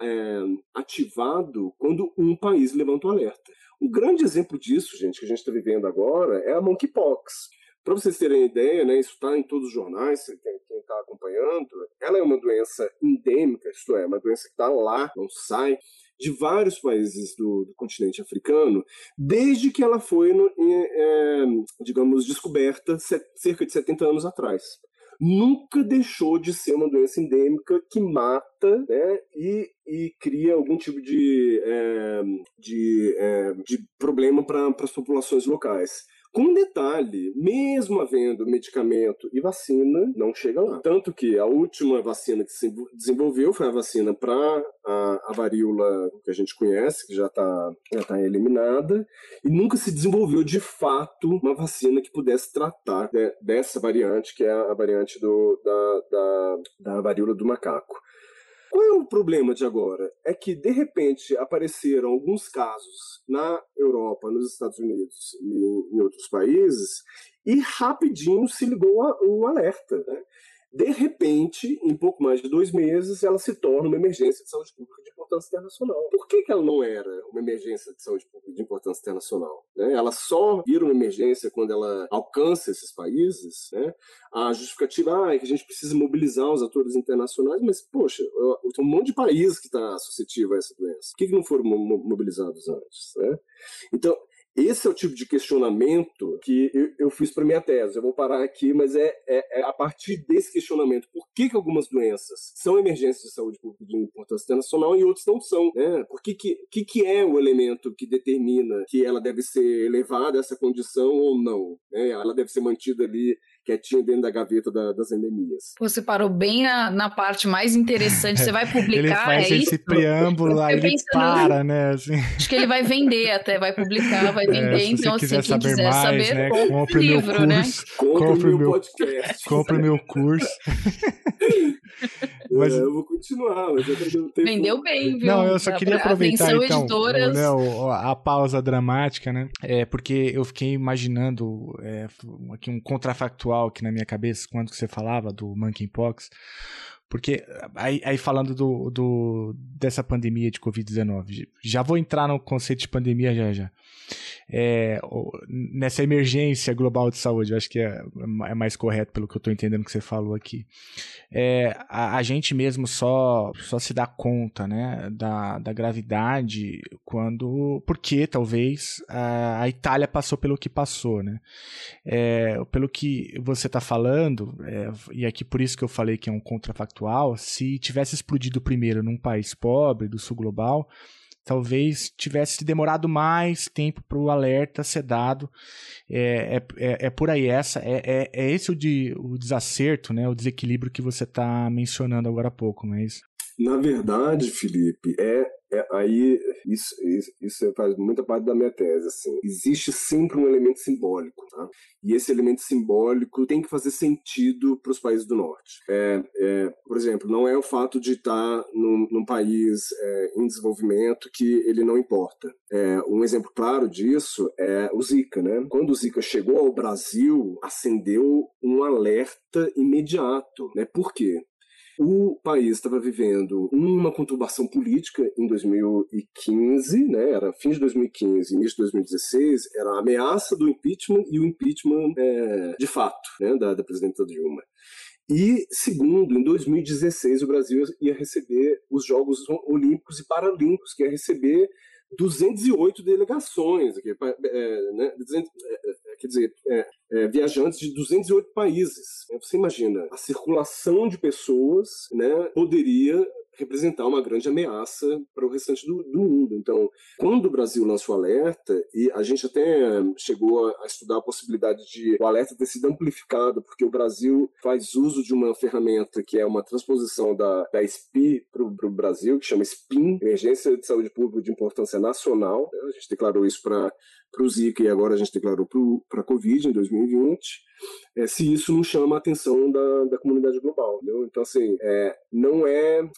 ativado quando um país levanta o alerta. Um grande exemplo disso, gente, que a gente está vivendo agora é a monkeypox. Para vocês terem ideia, né, isso está em todos os jornais, quem está acompanhando, ela é uma doença endêmica, isto é, uma doença que está lá, não sai, de vários países do continente africano, desde que ela foi, digamos, descoberta cerca de 70 anos atrás. Nunca deixou de ser uma doença endêmica que mata, né, e cria algum tipo de problema para as populações locais. Com detalhe, mesmo havendo medicamento e vacina, não chega lá. Tanto que a última vacina que se desenvolveu foi a vacina para a varíola que a gente conhece, que já tá eliminada, e nunca se desenvolveu de fato uma vacina que pudesse tratar dessa variante, que é a variante da varíola do macaco. Qual é o problema de agora? É que, de repente, apareceram alguns casos na Europa, nos Estados Unidos e em outros países, e rapidinho se ligou um alerta, né? De repente, em pouco mais de 2 meses, ela se torna uma emergência de saúde pública de importância internacional. Por que ela não era uma emergência de saúde pública de importância internacional? Né? Ela só vira uma emergência quando ela alcança esses países, né? A justificativa é que a gente precisa mobilizar os atores internacionais, mas, poxa, tem um monte de país que está suscetível a essa doença. Por que não foram mobilizados antes? Né? Então, esse é o tipo de questionamento que eu fiz para minha tese. Eu vou parar aqui, mas é a partir desse questionamento. Por que algumas doenças são emergências de saúde pública de importância internacional e outras não são? Né? Por que é o elemento que determina que ela deve ser elevada a essa condição ou não? Né? Ela deve ser mantida ali quietinha dentro da gaveta das endemias. Você parou bem na parte mais interessante. Você vai publicar, ele faz esse preâmbulo, aí ele para, né? Assim. Acho que ele vai vender até, vai publicar, vai vender. Então, se assim, quiser quem quiser mais, saber, né? compre o livro, meu né? Compre o meu podcast. Compre o meu curso. Mas eu vou continuar, mas eu tenho tempo. Vendeu bem, viu? Não, eu só queria aproveitar, então, editoras... a pausa dramática, né? Porque eu fiquei imaginando aqui um contrafactual aqui na minha cabeça quando você falava do monkeypox, porque aí falando dessa pandemia de Covid-19, já vou entrar no conceito de pandemia já. Nessa emergência global de saúde, eu acho que é mais correto pelo que eu estou entendendo que você falou aqui. A gente mesmo só se dá conta, né, da gravidade porque talvez a Itália passou pelo que passou, né? Pelo que você está falando, e aqui por isso que eu falei que é um contrafactual, se tivesse explodido primeiro num país pobre do sul global, talvez tivesse demorado mais tempo para o alerta ser dado. Por aí. Esse o desacerto, né, o desequilíbrio que você está mencionando agora há pouco, não é isso? Na verdade, Felipe, aí isso faz muita parte da minha tese. Assim. Existe sempre um elemento simbólico, tá? E esse elemento simbólico tem que fazer sentido para os países do norte. Por exemplo, não é o fato de estar num país em desenvolvimento que ele não importa. Um exemplo claro disso é o Zika, né? Quando o Zika chegou ao Brasil, acendeu um alerta imediato, né? Por quê? O país estava vivendo uma conturbação política em 2015, né? Era fim de 2015, início de 2016, era a ameaça do impeachment e o impeachment de fato, né? da presidenta Dilma. E, segundo, em 2016, o Brasil ia receber os Jogos Olímpicos e Paralímpicos, que ia receber 208 delegações, né? Quer dizer, viajantes de 208 países. Você imagina, a circulação de pessoas, né, poderia representar uma grande ameaça para o restante do mundo. Então, quando o Brasil lançou o alerta, e a gente até chegou a estudar a possibilidade de o alerta ter sido amplificado, porque o Brasil faz uso de uma ferramenta que é uma transposição da SPI para o Brasil, que chama SPIN, Emergência de Saúde Pública de Importância Nacional. A gente declarou isso para o Zika e agora a gente declarou para a Covid em 2020. Se isso não chama a atenção da comunidade global, entendeu? Então, assim, não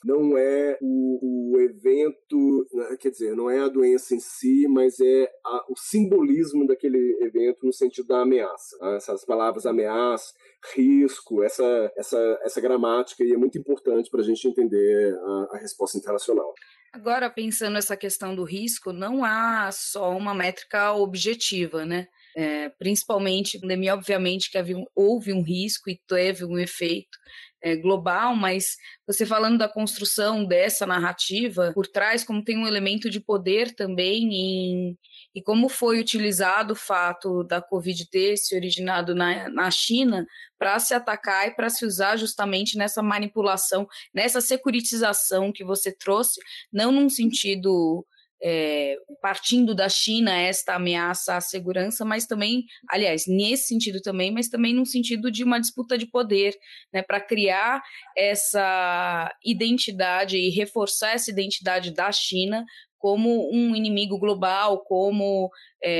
é o evento, quer dizer, não é a doença em si, mas é o simbolismo daquele evento no sentido da ameaça. Tá? Essas palavras ameaça, risco, essa gramática aí é muito importante para a gente entender a resposta internacional. Agora, pensando nessa questão do risco, não há só uma métrica objetiva, né? Principalmente, pandemia, obviamente que houve um risco e teve um efeito global, mas você falando da construção dessa narrativa por trás, como tem um elemento de poder também e como foi utilizado o fato da Covid ter se originado na China para se atacar e para se usar justamente nessa manipulação, nessa securitização que você trouxe, não num sentido partindo da China esta ameaça à segurança, mas também, aliás, nesse sentido também, mas também num sentido de uma disputa de poder, né, para criar essa identidade e reforçar essa identidade da China como um inimigo global, como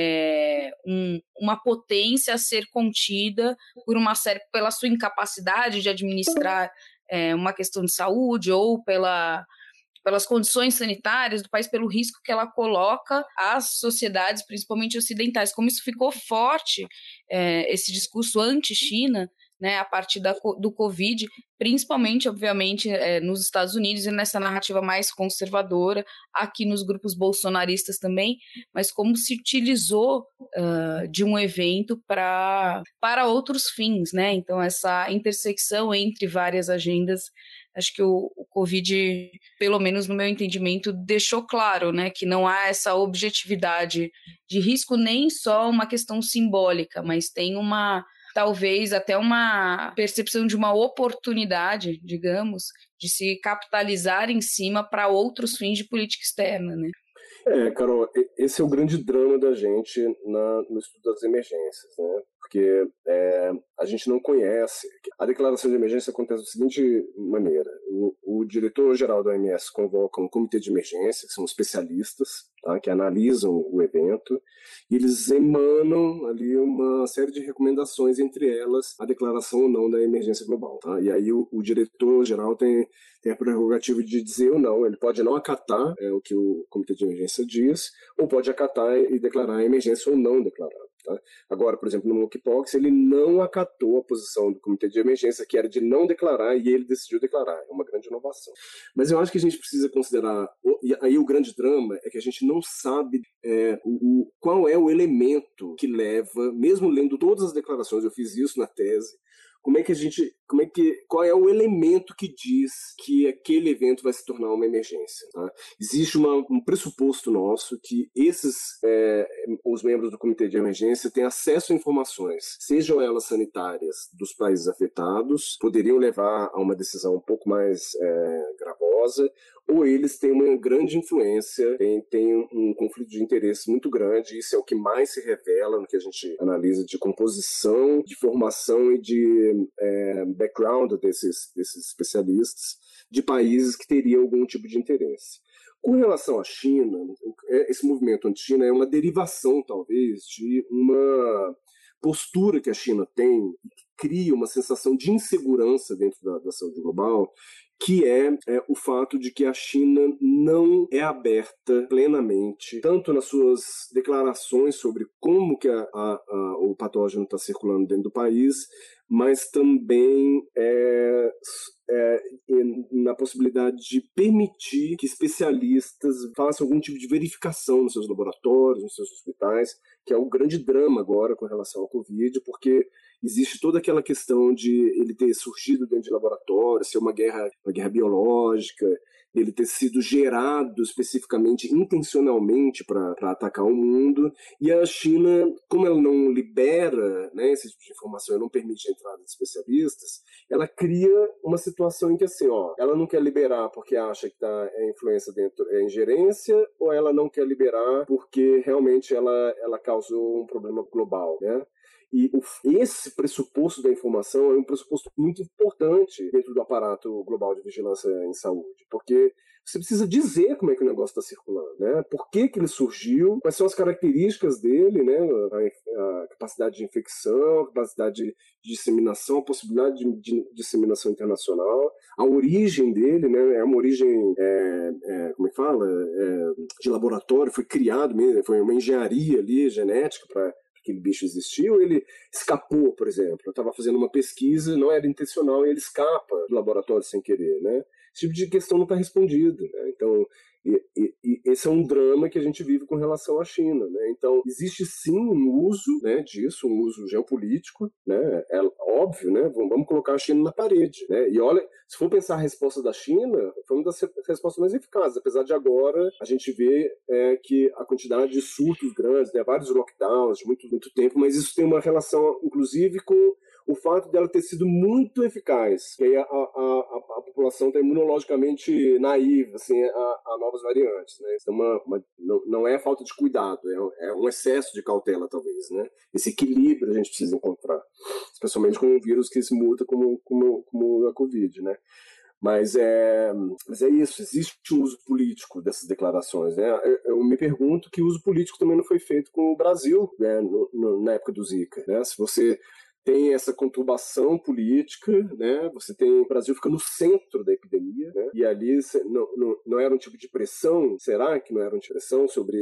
uma potência a ser contida pela sua incapacidade de administrar uma questão de saúde ou pelas condições sanitárias do país, pelo risco que ela coloca às sociedades, principalmente ocidentais. Como isso ficou forte, esse discurso anti-China, né, a partir do Covid, principalmente, obviamente, nos Estados Unidos e nessa narrativa mais conservadora, aqui nos grupos bolsonaristas também, mas como se utilizou de um evento para outros fins, né? Então, essa intersecção entre várias agendas, acho que o Covid, pelo menos no meu entendimento, deixou claro, né, que não há essa objetividade de risco, nem só uma questão simbólica, mas tem talvez até uma percepção de uma oportunidade, digamos, de se capitalizar em cima para outros fins de política externa, né? Carol, esse é o grande drama da gente no estudo das emergências, né? Porque a gente não conhece. A declaração de emergência acontece da seguinte maneira: o diretor-geral da OMS convoca um comitê de emergência, que são especialistas, tá, que analisam o evento, e eles emanam ali uma série de recomendações, entre elas a declaração ou não da emergência global. Tá? E aí o diretor-geral tem a prerrogativa de dizer ou não. Ele pode não acatar o que o comitê de emergência diz, ou pode acatar e declarar a emergência ou não declarar. Tá? Agora, por exemplo, no monkeypox, ele não acatou a posição do comitê de emergência, que era de não declarar, e ele decidiu declarar. É uma grande inovação. Mas eu acho que a gente precisa considerar, e aí o grande drama é que a gente não sabe qual é o elemento que leva, mesmo lendo todas as declarações, eu fiz isso na tese, qual é o elemento que diz que aquele evento vai se tornar uma emergência? Tá? Existe um pressuposto nosso que os membros do comitê de emergência têm acesso a informações, sejam elas sanitárias dos países afetados, poderiam levar a uma decisão um pouco mais gravosa, ou eles têm uma grande influência, têm um conflito de interesse muito grande. Isso é o que mais se revela no que a gente analisa de composição, de formação e de background desses especialistas, de países que teriam algum tipo de interesse. Com relação à China, esse movimento anti-China é uma derivação, talvez, de uma postura que a China tem, que cria uma sensação de insegurança dentro da saúde global, que é o fato de que a China não é aberta plenamente, tanto nas suas declarações sobre como que o patógeno está circulando dentro do país, mas também na possibilidade de permitir que especialistas façam algum tipo de verificação nos seus laboratórios, nos seus hospitais, que é o grande drama agora com relação ao Covid, porque existe toda aquela questão de ele ter surgido dentro de laboratório, ser uma guerra biológica, ele ter sido gerado especificamente, intencionalmente para atacar o mundo, e a China, como ela não libera, né, esse tipo de informação, ela não permite a entrada de especialistas, ela cria uma situação em que assim, ela não quer liberar porque acha que a influência dentro é ingerência, ou ela não quer liberar porque realmente ela causou um problema global, né? E esse pressuposto da informação é um pressuposto muito importante dentro do aparato global de vigilância em saúde, porque você precisa dizer como é que o negócio está circulando, né? Por que ele surgiu, quais são as características dele, né? A capacidade de infecção, a capacidade de disseminação, a possibilidade de disseminação internacional, a origem dele, né? É uma origem, como é que fala? De laboratório, foi criado mesmo, foi uma engenharia ali, genética para aquele bicho existiu, ele escapou, por exemplo. Eu estava fazendo uma pesquisa, não era intencional, e ele escapa do laboratório sem querer, né? Esse tipo de questão não está respondido, né? Então, esse é um drama que a gente vive com relação à China, né? Então, existe sim um uso, né, disso, um uso geopolítico, né? É óbvio, né? Vamos colocar a China na parede, né? E olha, se for pensar a resposta da China, foi uma das respostas mais eficazes, apesar de agora a gente ver que a quantidade de surtos grandes, né, vários lockdowns de muito, muito tempo, mas isso tem uma relação, inclusive, com o fato dela ter sido muito eficaz, que aí a população está imunologicamente naiva assim, a novas variantes, né? Então, não é falta de cuidado, é um excesso de cautela, talvez, né? Esse equilíbrio a gente precisa encontrar, especialmente com um vírus que se muta como a Covid, né? Mas é isso, existe um uso político dessas declarações, né? Eu me pergunto que uso político também não foi feito com o Brasil, né, na época do Zika, né? Se você tem essa conturbação política, né? Você tem o Brasil fica no centro da epidemia, né? E ali não era um tipo de pressão, será que não era um tipo de pressão sobre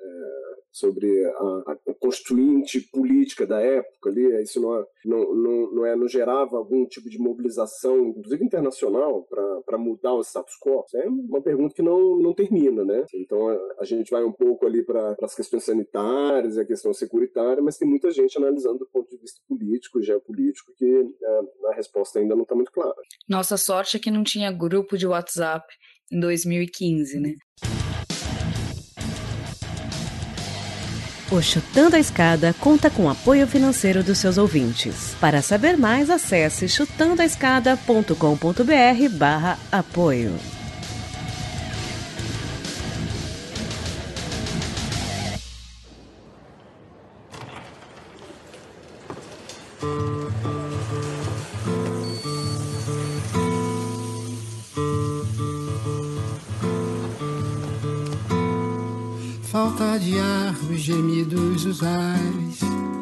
a constituinte política da época ali? Isso não gerava algum tipo de mobilização, inclusive internacional, para mudar o status quo? Isso é uma pergunta que não termina, né? Então a gente vai um pouco ali para as questões sanitárias, a questão securitária, mas tem muita gente analisando do ponto de vista político, geopolítico, que a resposta ainda não está muito clara. Nossa sorte é que não tinha grupo de WhatsApp em 2015, né? O Chutando a Escada conta com apoio financeiro dos seus ouvintes. Para saber mais, acesse chutandoaescada.com.br/apoio. Falta de ar, os gemidos, os ais,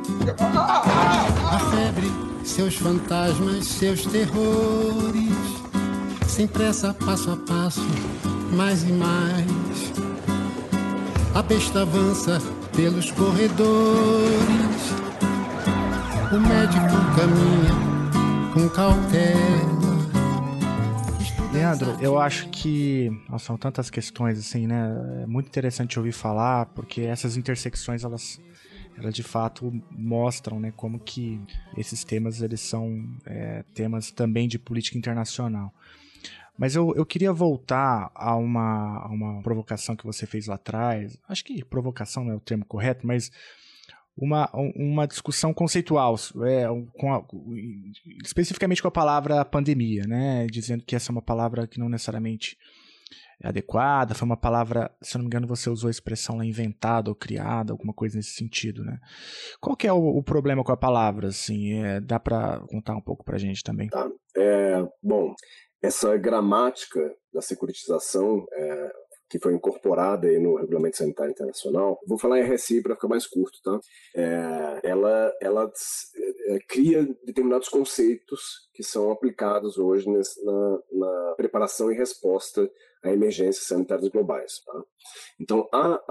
a febre, seus fantasmas, seus terrores, sem pressa, passo a passo, mais e mais, a besta avança pelos corredores, o médico caminha com cautela. Leandro, eu acho que são tantas questões assim, né? É muito interessante ouvir falar, porque essas intersecções elas de fato mostram, né, como que esses temas eles são temas também de política internacional. Mas eu queria voltar a uma provocação que você fez lá atrás. Acho que provocação não é o termo correto, mas uma discussão conceitual, especificamente com a palavra pandemia, né? Dizendo que essa é uma palavra que não necessariamente é adequada, foi uma palavra, se eu não me engano, você usou a expressão lá, inventada ou criada, alguma coisa nesse sentido, né? Qual que é o problema com a palavra, assim? Dá para contar um pouco pra gente também? Tá. Bom, essa gramática da securitização que foi incorporada aí no Regulamento Sanitário Internacional, vou falar em RSI para ficar mais curto, tá? Ela cria determinados conceitos que são aplicados hoje na preparação e resposta a emergências sanitárias globais, tá? Então,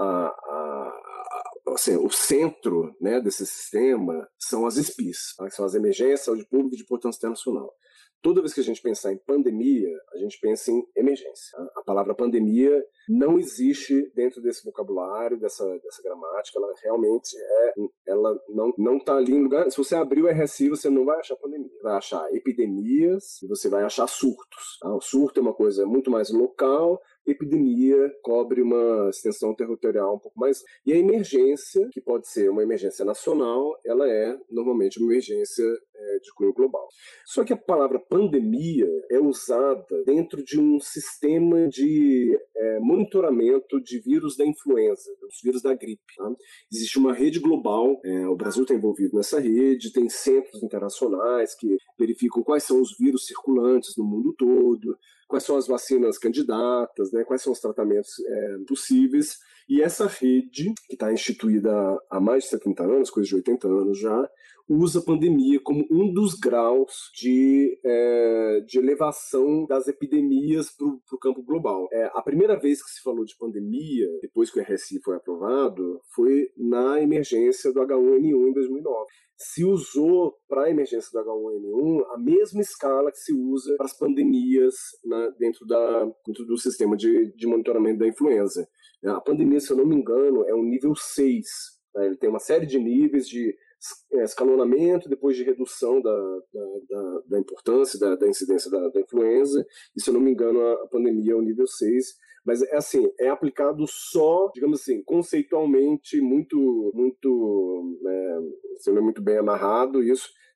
o centro, né, desse sistema são as SPIs, tá? Que são as Emergências de Saúde Pública de Importância Internacional. Toda vez que a gente pensar em pandemia, a gente pensa em emergência. A palavra pandemia não existe dentro desse vocabulário, dessa gramática. Ela realmente ela não está ali em lugar. Se você abrir o RSI, você não vai achar pandemia. Você vai achar epidemias e você vai achar surtos. Tá? O surto é uma coisa muito mais local. Epidemia cobre uma extensão territorial um pouco mais. E a emergência, que pode ser uma emergência nacional, ela é normalmente uma emergência de cunho global. Só que a palavra pandemia é usada dentro de um sistema de monitoramento de vírus da influenza, dos vírus da gripe. Tá? Existe uma rede global, o Brasil está envolvido nessa rede, tem centros internacionais que verificam quais são os vírus circulantes no mundo todo, quais são as vacinas candidatas, né, quais são os tratamentos possíveis. E essa rede, que está instituída há mais de 70 anos, coisa de 80 anos já, usa a pandemia como um dos graus de elevação das epidemias para o campo global. A primeira vez que se falou de pandemia, depois que o RSI foi aprovado, foi na emergência do H1N1 em 2009. Se usou para a emergência do H1N1 a mesma escala que se usa para as pandemias, né, dentro do sistema de monitoramento da influenza. A pandemia, se eu não me engano, é um nível 6. Né? Ele tem uma série de níveis de escalonamento, depois de redução da importância, da incidência da influenza, e se eu não me engano a pandemia é o nível 6, mas é aplicado só, digamos assim, conceitualmente muito, se não é muito bem amarrado isso,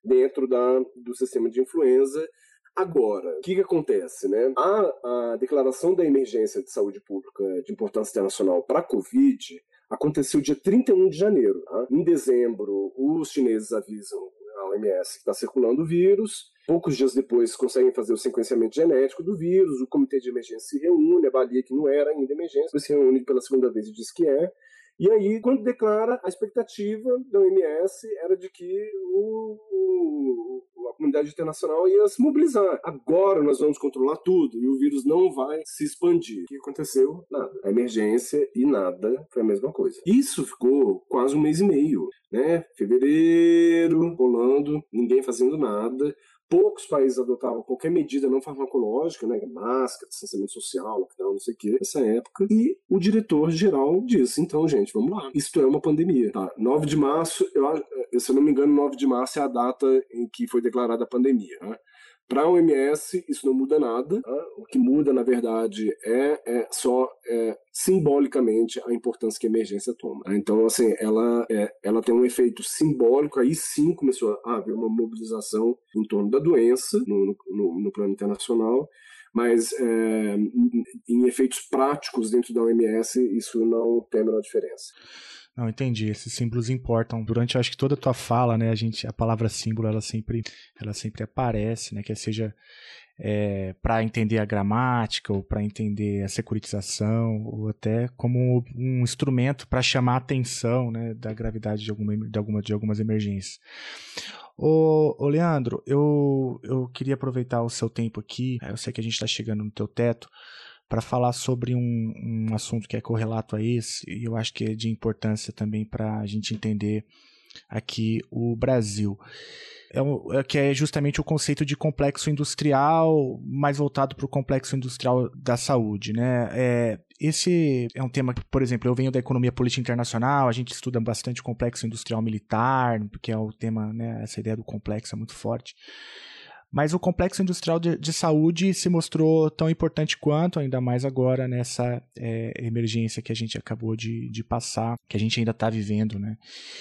dentro do sistema de influenza. Agora, o que acontece, né? A declaração da emergência de saúde pública de importância internacional para a Covid aconteceu dia 31 de janeiro. Tá? Em dezembro, os chineses avisam a OMS que está circulando o vírus. Poucos dias depois conseguem fazer o sequenciamento genético do vírus, o comitê de emergência se reúne, avalia que não era ainda emergência, se reúne pela segunda vez e diz que é. E aí, quando declara, a expectativa da OMS era de que a comunidade internacional ia se mobilizar. Agora nós vamos controlar tudo e o vírus não vai se expandir. O que aconteceu? Nada. A emergência e nada foi a mesma coisa. Isso ficou quase um mês e meio, né? Fevereiro, rolando, ninguém fazendo nada. Poucos países adotavam qualquer medida não farmacológica, né, máscara, distanciamento social, lockdown, não sei o quê, nessa época. E o diretor-geral disse, então, gente, vamos lá. Isto é uma pandemia. Tá? 9 de março, se eu não me engano, 9 de março é a data em que foi declarada a pandemia. Né? Para a OMS, isso não muda nada. Tá? O que muda, na verdade, é só simbolicamente a importância que a emergência toma. Tá? Então, assim, ela tem um efeito simbólico. Aí sim começou a haver uma mobilização em torno da doença no plano internacional. Mas em efeitos práticos dentro da OMS, isso não tem a menor diferença. Não, entendi. Esses símbolos importam. Durante, acho que toda a tua fala, né, a palavra símbolo, ela sempre aparece, né, quer seja para entender a gramática, ou para entender a securitização, ou até como um instrumento para chamar a atenção, né, da gravidade de algumas emergências. Ô Leandro, eu queria aproveitar o seu tempo aqui, eu sei que a gente está chegando no teu teto, para falar sobre um assunto que é correlato a esse, e eu acho que é de importância também para a gente entender aqui o Brasil, que é justamente o conceito de complexo industrial, mais voltado para o complexo industrial da saúde, né? Esse é um tema que, por exemplo, eu venho da economia política internacional, a gente estuda bastante o complexo industrial militar, porque é o tema, né, essa ideia do complexo é muito forte. Mas o complexo industrial de saúde se mostrou tão importante quanto, ainda mais agora nessa emergência que a gente acabou de passar, que a gente ainda está vivendo, né?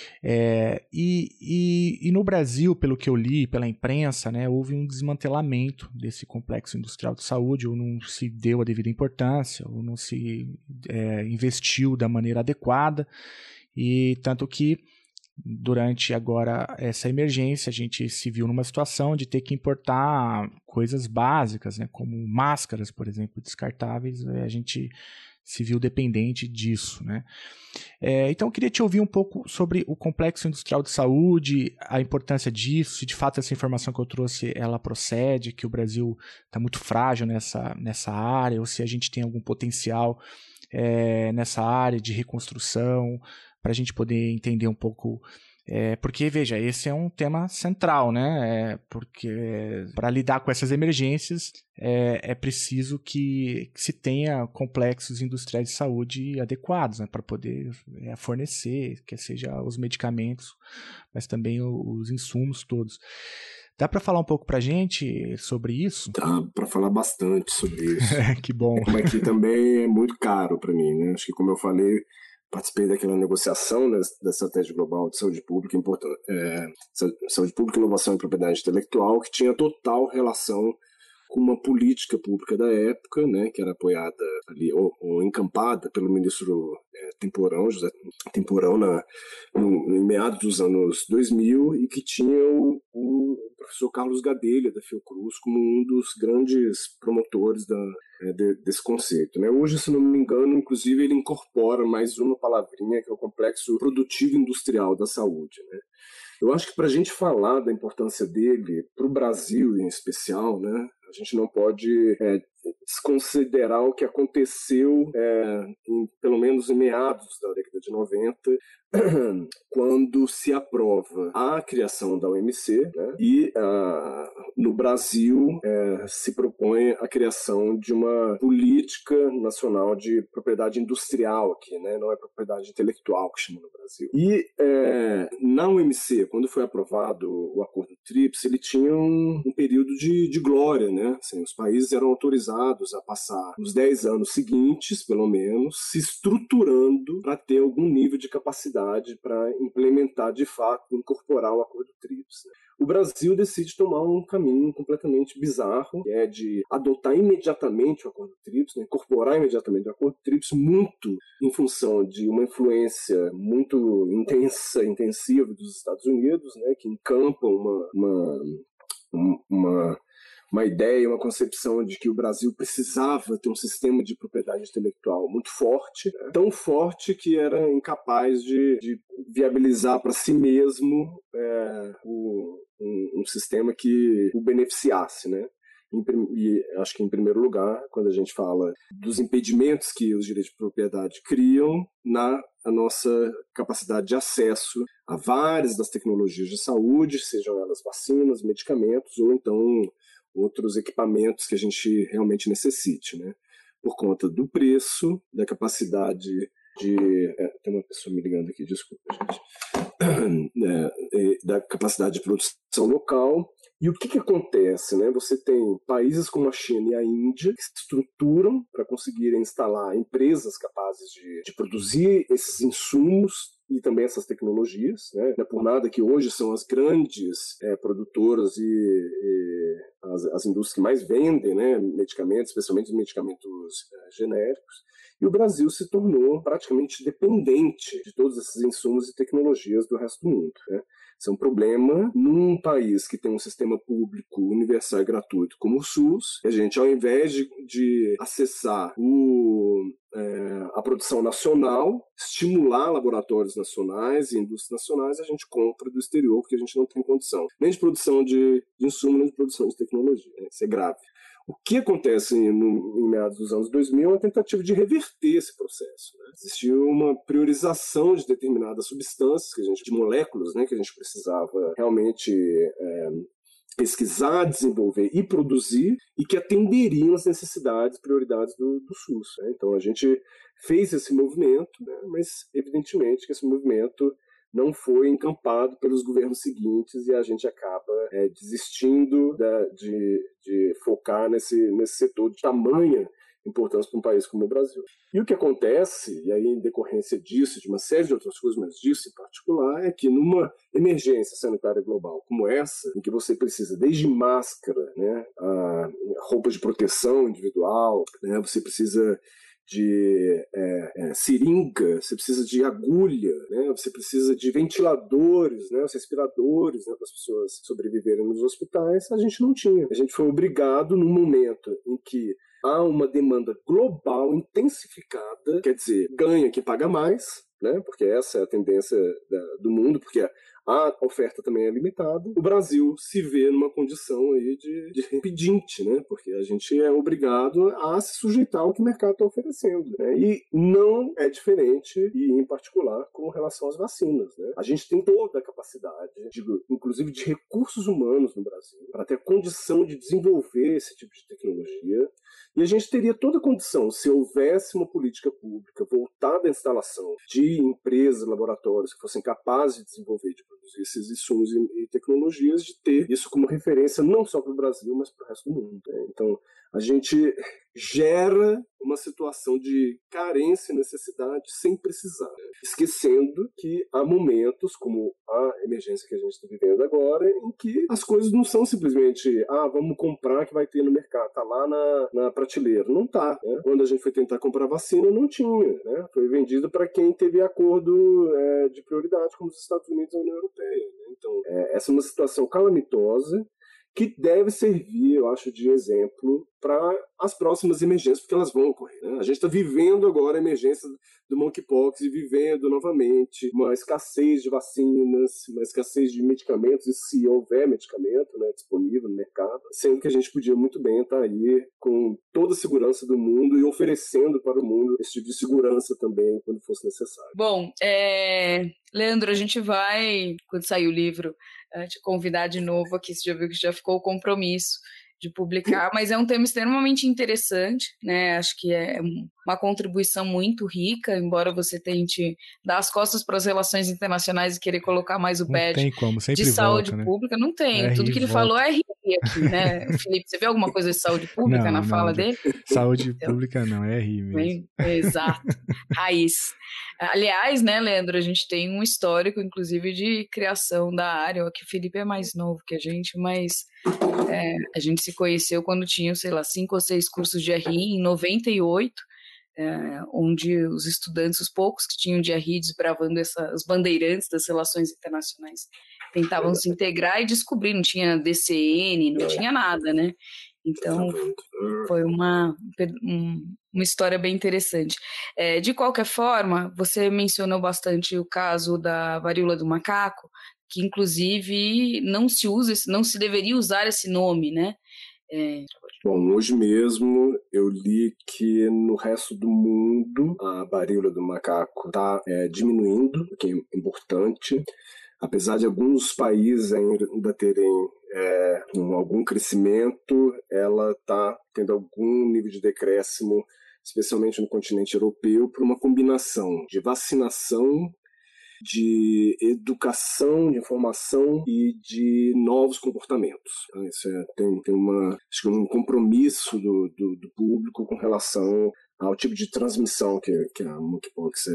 E no Brasil, pelo que eu li, pela imprensa, né, houve um desmantelamento desse complexo industrial de saúde, ou não se deu a devida importância, ou não se investiu da maneira adequada, e tanto que durante agora essa emergência, a gente se viu numa situação de ter que importar coisas básicas, né, como máscaras, por exemplo, descartáveis, a gente se viu dependente disso, né? Então eu queria te ouvir um pouco sobre o complexo industrial de saúde, a importância disso, se de fato essa informação que eu trouxe, ela procede, que o Brasil está muito frágil nessa área, ou se a gente tem algum potencial nessa área de reconstrução, para a gente poder entender um pouco, porque, veja, esse é um tema central, né? Porque para lidar com essas emergências é preciso que se tenha complexos industriais de saúde adequados, né? Para poder fornecer, quer seja os medicamentos, mas também os insumos todos. Dá para falar um pouco para a gente sobre isso? Dá para falar bastante sobre isso. Que bom. Mas que também é muito caro para mim, né? Acho que, como eu falei, participei daquela negociação, né, da estratégia global de saúde pública, saúde pública, inovação e propriedade intelectual, que tinha total relação com uma política pública da época, né, que era apoiada ali, ou encampada pelo ministro Temporão, José Temporão, em meados dos anos 2000, e que tinha o professor Carlos Gadelha, da Fiocruz, como um dos grandes promotores desse conceito. Né? Hoje, se não me engano, inclusive, ele incorpora mais uma palavrinha, que é o complexo produtivo industrial da saúde. Né? Eu acho que, para a gente falar da importância dele, para o Brasil em especial, né, a gente não pode desconsiderar o que aconteceu, pelo menos em meados da década de 90, quando se aprova a criação da OMC, né, e no Brasil se propõe a criação de uma política nacional de propriedade industrial aqui, né, não é propriedade intelectual que chama no Brasil. E na OMC, quando foi aprovado o Acordo TRIPS, ele tinha um período de glória, né, assim, os países eram autorizados autorizados a passar os 10 anos seguintes, pelo menos, se estruturando para ter algum nível de capacidade para implementar, de fato, incorporar o Acordo TRIPS. O Brasil decide tomar um caminho completamente bizarro, que é de adotar imediatamente o Acordo TRIPS, né, incorporar imediatamente o Acordo TRIPS, muito em função de uma influência muito intensiva dos Estados Unidos, né, que encampam uma ideia, uma concepção de que o Brasil precisava ter um sistema de propriedade intelectual muito forte, né? Tão forte que era incapaz de viabilizar para si mesmo um sistema que o beneficiasse, né? E acho que, em primeiro lugar, quando a gente fala dos impedimentos que os direitos de propriedade criam a nossa capacidade de acesso a várias das tecnologias de saúde, sejam elas vacinas, medicamentos ou então outros equipamentos que a gente realmente necessite, né? Por conta do preço, da capacidade de... tem uma pessoa me ligando aqui, desculpa, gente. Da capacidade de produção local. E o que acontece, né? Você tem países como a China e a Índia que se estruturam para conseguirem instalar empresas capazes de produzir esses insumos e também essas tecnologias, né? Não é por nada que hoje são as grandes produtoras e as indústrias que mais vendem, né, medicamentos, especialmente os medicamentos genéricos. E o Brasil se tornou praticamente dependente de todos esses insumos e tecnologias do resto do mundo, né? Isso é um problema num país que tem um sistema público universal e gratuito como o SUS. A gente, ao invés de acessar a produção nacional, estimular laboratórios nacionais e indústrias nacionais, a gente compra do exterior, porque a gente não tem condição nem de produção de insumo, nem de produção de tecnologia. Né? Isso é grave. O que acontece em meados dos anos 2000 é uma tentativa de reverter esse processo. Né? Existiu uma priorização de determinadas substâncias, de moléculas, né, que a gente precisava realmente pesquisar, desenvolver e produzir, e que atenderiam às necessidades, prioridades do SUS. Né? Então a gente fez esse movimento, né, mas evidentemente que esse movimento não foi encampado pelos governos seguintes e a gente acaba desistindo de focar nesse setor de tamanha importância para um país como o Brasil. E o que acontece, e aí em decorrência disso, de uma série de outras coisas, mas disso em particular, é que numa emergência sanitária global como essa, em que você precisa desde máscara, né, a roupa de proteção individual, né, você precisa de seringa, você precisa de agulha, né? Você precisa de ventiladores, né? Os respiradores, né? Para as pessoas sobreviverem nos hospitais, a gente não tinha. A gente foi obrigado, num momento em que há uma demanda global intensificada, quer dizer, ganha quem paga mais, né? Porque essa é a tendência do mundo, porque a oferta também é limitada. O Brasil se vê numa condição aí de pedinte, né? Porque a gente é obrigado a se sujeitar ao que o mercado está oferecendo. Né? E não é diferente, e em particular, com relação às vacinas. Né? A gente tem toda a capacidade, inclusive de recursos humanos no Brasil, para ter condição de desenvolver esse tipo de tecnologia. E a gente teria toda a condição, se houvesse uma política pública voltada à instalação de empresas, laboratórios que fossem capazes de desenvolver, de produzir esses insumos e tecnologias, de ter isso como referência não só para o Brasil, mas para o resto do mundo. Né? Então, a gente gera uma situação de carência e necessidade sem precisar, né? Esquecendo que há momentos, como a emergência que a gente está vivendo agora, em que as coisas não são simplesmente vamos comprar que vai ter no mercado, tá lá na prateleira. Não tá. Né? Quando a gente foi tentar comprar vacina, não tinha. Né? Foi vendido para quem teve acordo de prioridade, como os Estados Unidos e a União Europeia. Né? Então, essa é uma situação calamitosa que deve servir, eu acho, de exemplo para as próximas emergências, porque elas vão ocorrer. Né? A gente está vivendo agora a emergência do monkeypox e vivendo novamente uma escassez de vacinas, uma escassez de medicamentos, e se houver medicamento, né, disponível no mercado, sendo que a gente podia muito bem estar aí com toda a segurança do mundo e oferecendo para o mundo esse tipo de segurança também, quando fosse necessário. Bom, Leandro, a gente vai, quando sair o livro, te convidar de novo aqui, você já viu que já ficou o compromisso de publicar, mas é um tema extremamente interessante, né? Acho que é uma contribuição muito rica, embora você tente dar as costas para as relações internacionais e querer colocar mais o badge tem como, sempre de saúde volta, né? pública, não tem. Tudo que ele falou é RI aqui, né? Felipe, você vê alguma coisa de saúde pública na fala dele? Saúde pública não, é RI mesmo. Exato, raiz. Aliás, né, Leandro, a gente tem um histórico, inclusive, de criação da área, que o Felipe é mais novo que a gente, mas a gente se conheceu quando tinha, sei lá, 5 ou 6 cursos de RI, em 98, onde os estudantes, os poucos que tinham de RI, desbravando os bandeirantes das relações internacionais, tentavam se integrar e descobrir, não tinha DCN, não tinha nada, né? Então, foi uma história bem interessante. De qualquer forma, você mencionou bastante o caso da varíola do macaco, que inclusive não se deveria usar esse nome, né? Bom, hoje mesmo eu li que no resto do mundo a varíola do macaco está diminuindo, o que é importante. Apesar de alguns países ainda terem algum crescimento, ela está tendo algum nível de decréscimo, especialmente no continente europeu, por uma combinação de vacinação, de educação, de informação e de novos comportamentos. Isso tem um compromisso do público com relação ao tipo de transmissão que a monkeypox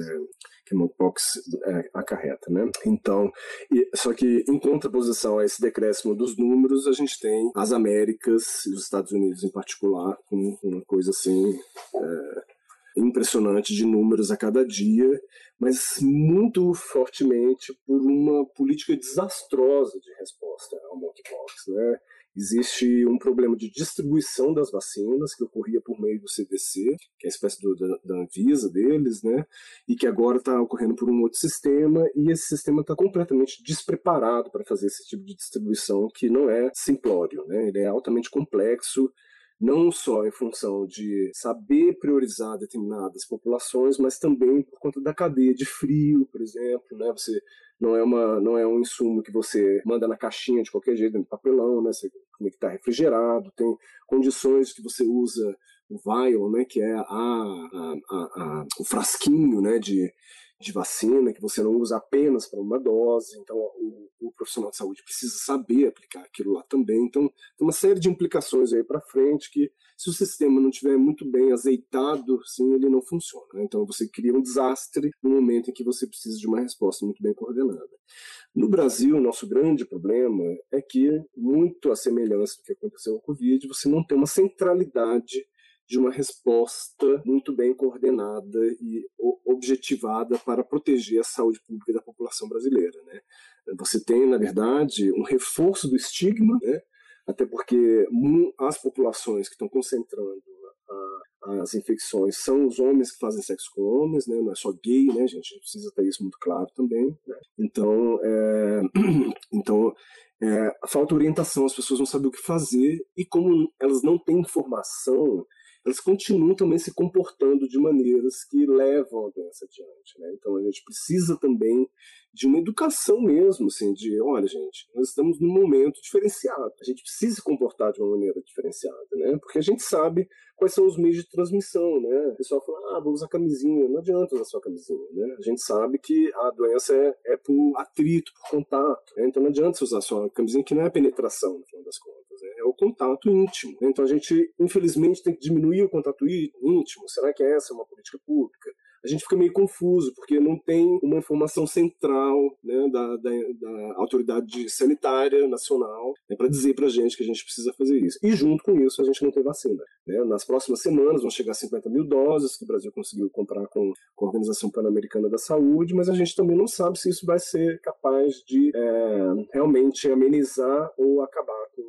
acarreta, né? Então, só que em contraposição a esse decréscimo dos números, a gente tem as Américas e os Estados Unidos em particular com uma coisa assim impressionante de números a cada dia, mas muito fortemente por uma política desastrosa de resposta ao monkeypox, né? Existe um problema de distribuição das vacinas que ocorria por meio do CDC, que é a espécie da Anvisa deles, né? E que agora está ocorrendo por um outro sistema, e esse sistema está completamente despreparado para fazer esse tipo de distribuição, que não é simplório, né? Ele é altamente complexo, não só em função de saber priorizar determinadas populações, mas também por conta da cadeia de frio, por exemplo, né? Você não é um insumo que você manda na caixinha de qualquer jeito, no papelão, né? Você tem que estar refrigerado, tem condições que você usa o vial, né? Que é o frasquinho, né? De vacina, que você não usa apenas para uma dose, então o profissional de saúde precisa saber aplicar aquilo lá também. Então, tem uma série de implicações aí para frente que, se o sistema não estiver muito bem azeitado, sim, ele não funciona, né? Então, você cria um desastre no momento em que você precisa de uma resposta muito bem coordenada. No Brasil, o nosso grande problema é que, muito à semelhança do que aconteceu com o Covid, você não tem uma centralidade de uma resposta muito bem coordenada e objetivada para proteger a saúde pública da população brasileira, né? Você tem, na verdade, um reforço do estigma, né? Até porque as populações que estão concentrando as infecções são os homens que fazem sexo com homens, né? Não é só gay, né, gente? A gente precisa ter isso muito claro também, né? Então, falta orientação, as pessoas não sabem o que fazer, e como elas não têm informação, elas continuam também se comportando de maneiras que levam a doença adiante, né? Então a gente precisa também de uma educação mesmo, assim, de, olha, gente, nós estamos num momento diferenciado, a gente precisa se comportar de uma maneira diferenciada, né? Porque a gente sabe quais são os meios de transmissão, né? O pessoal fala, vou usar camisinha, não adianta usar só camisinha, né? A gente sabe que a doença é por atrito, por contato, né? Então não adianta você usar só camisinha, que não é a penetração, no final das contas, né? É o contato íntimo, né? Então a gente, infelizmente, tem que diminuir o contato íntimo. Será que essa é uma política pública? A gente fica meio confuso, porque não tem uma informação central, né, da autoridade sanitária nacional, né, para dizer para a gente que a gente precisa fazer isso. E junto com isso, a gente não tem vacina, né? Nas próximas semanas vão chegar 50 mil doses que o Brasil conseguiu comprar com a Organização Pan-Americana da Saúde, mas a gente também não sabe se isso vai ser capaz de realmente amenizar ou acabar com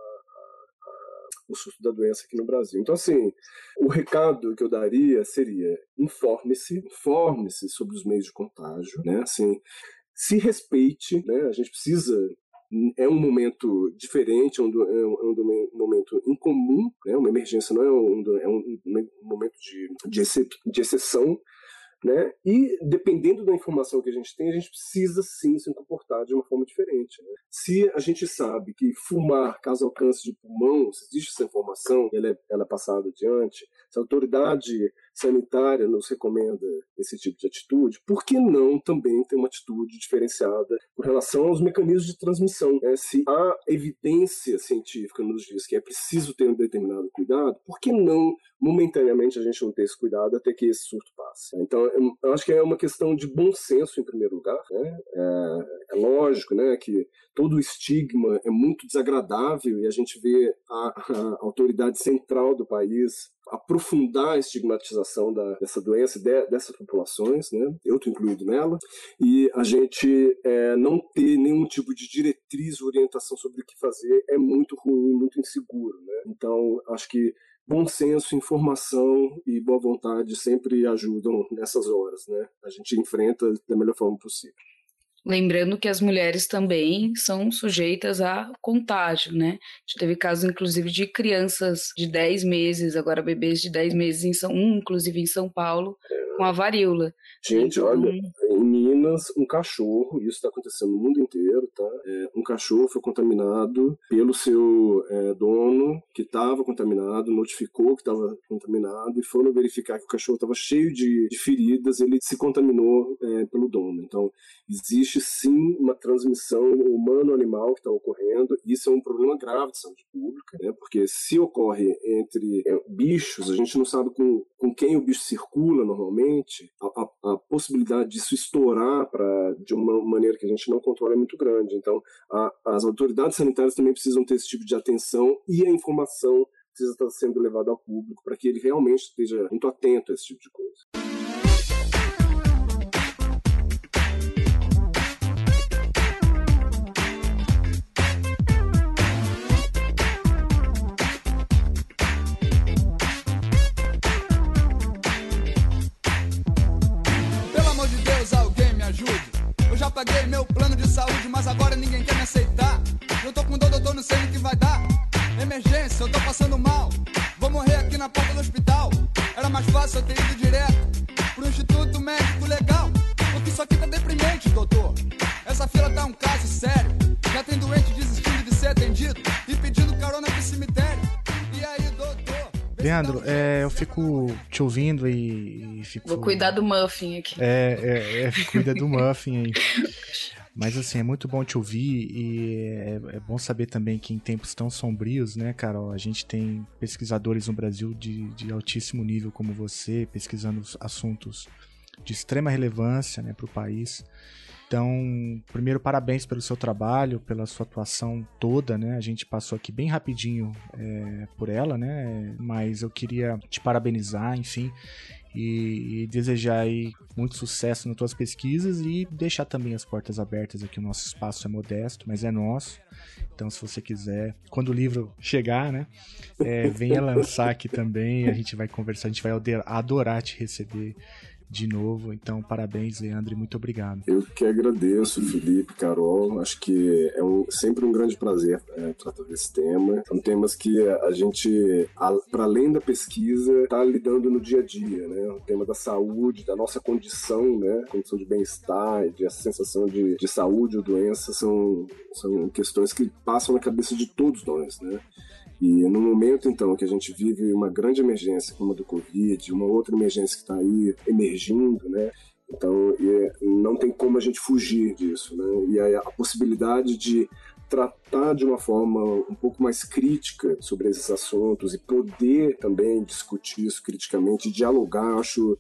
o surto da doença aqui no Brasil. Então, assim, o recado que eu daria seria: informe-se sobre os meios de contágio, né? Assim, se respeite, né? A gente precisa. É um momento diferente, é um momento incomum, né? Uma emergência não é um momento de exceção, né? E dependendo da informação que a gente tem, a gente precisa sim se comportar de uma forma diferente, né? Se a gente sabe que fumar causa câncer de pulmão, se existe essa informação, ela é passada adiante, se a autoridade sanitária nos recomenda esse tipo de atitude, por que não também ter uma atitude diferenciada com relação aos mecanismos de transmissão? Se a evidência científica nos diz que é preciso ter um determinado cuidado, por que não momentaneamente a gente não ter esse cuidado até que esse surto passe? Então, eu acho que é uma questão de bom senso em primeiro lugar, né? É lógico, né, que todo o estigma é muito desagradável e a gente vê a autoridade central do país aprofundar a estigmatização dessa doença, dessas populações, né? Eu estou incluído nela, e a gente não ter nenhum tipo de diretriz ou orientação sobre o que fazer é muito ruim, muito inseguro, né? Então, acho que bom senso, informação e boa vontade sempre ajudam nessas horas, né? A gente enfrenta da melhor forma possível. Lembrando que as mulheres também são sujeitas a contágio, né? A gente teve casos, inclusive, de crianças de 10 meses, agora bebês de 10 meses, inclusive em São Paulo, com a varíola. Gente, então, olha, em Minas, um cachorro, isso está acontecendo no mundo inteiro, tá? Um cachorro foi contaminado pelo seu dono, que estava contaminado, notificou que estava contaminado, e foram verificar que o cachorro estava cheio de feridas, ele se contaminou pelo dono. Então, existe sim uma transmissão humano-animal que está ocorrendo, e isso é um problema grave de saúde pública, né? Porque se ocorre entre bichos, a gente não sabe com quem o bicho circula normalmente, a possibilidade disso estourar de uma maneira que a gente não controla é muito grande. Então, as autoridades sanitárias também precisam ter esse tipo de atenção, e a informação precisa estar sendo levada ao público para que ele realmente esteja muito atento a esse tipo de coisa. Paguei meu plano de saúde, mas agora ninguém quer me aceitar. Eu tô com dor, doutor, não sei o que vai dar. Emergência, eu tô passando mal. Vou morrer aqui na porta do hospital. Era mais fácil eu ter ido direto pro Instituto Médico Legal. Porque isso aqui tá deprimente, doutor. Essa fila tá um caso sério. Já tem doente desistindo de ser atendido e pedindo carona pro cemitério. E aí, doutor? Leandro, eu fico te ouvindo e fico... Vou cuidar do muffin aqui. Cuida do muffin aí. Mas assim, é muito bom te ouvir e é bom saber também que em tempos tão sombrios, né, Carol, a gente tem pesquisadores no Brasil de altíssimo nível como você, pesquisando assuntos de extrema relevância, né, para o país. Então, primeiro, parabéns pelo seu trabalho, pela sua atuação toda, né? A gente passou aqui bem rapidinho por ela, né? Mas eu queria te parabenizar, enfim, e desejar aí muito sucesso nas tuas pesquisas e deixar também as portas abertas aqui. O nosso espaço é modesto, mas é nosso. Então, se você quiser, quando o livro chegar, né? Venha lançar aqui também, a gente vai conversar, a gente vai adorar te receber de novo. Então, parabéns, Leandro, e muito obrigado. Eu que agradeço, Felipe, Carol. Acho que sempre um grande prazer tratar desse tema. São temas que a gente, para além da pesquisa, está lidando no dia a dia, né? O tema da saúde, da nossa condição, né? Condição de bem-estar, de essa sensação de saúde ou doença, são questões que passam na cabeça de todos nós, né? E no momento, então, que a gente vive uma grande emergência como a do Covid, uma outra emergência que está aí emergindo, né? Então, não tem como a gente fugir disso, né? E a possibilidade de tratar de uma forma um pouco mais crítica sobre esses assuntos e poder também discutir isso criticamente, dialogar, acho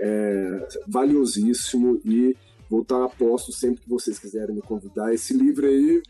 valiosíssimo, e vou estar a posto sempre que vocês quiserem me convidar. Esse livro aí...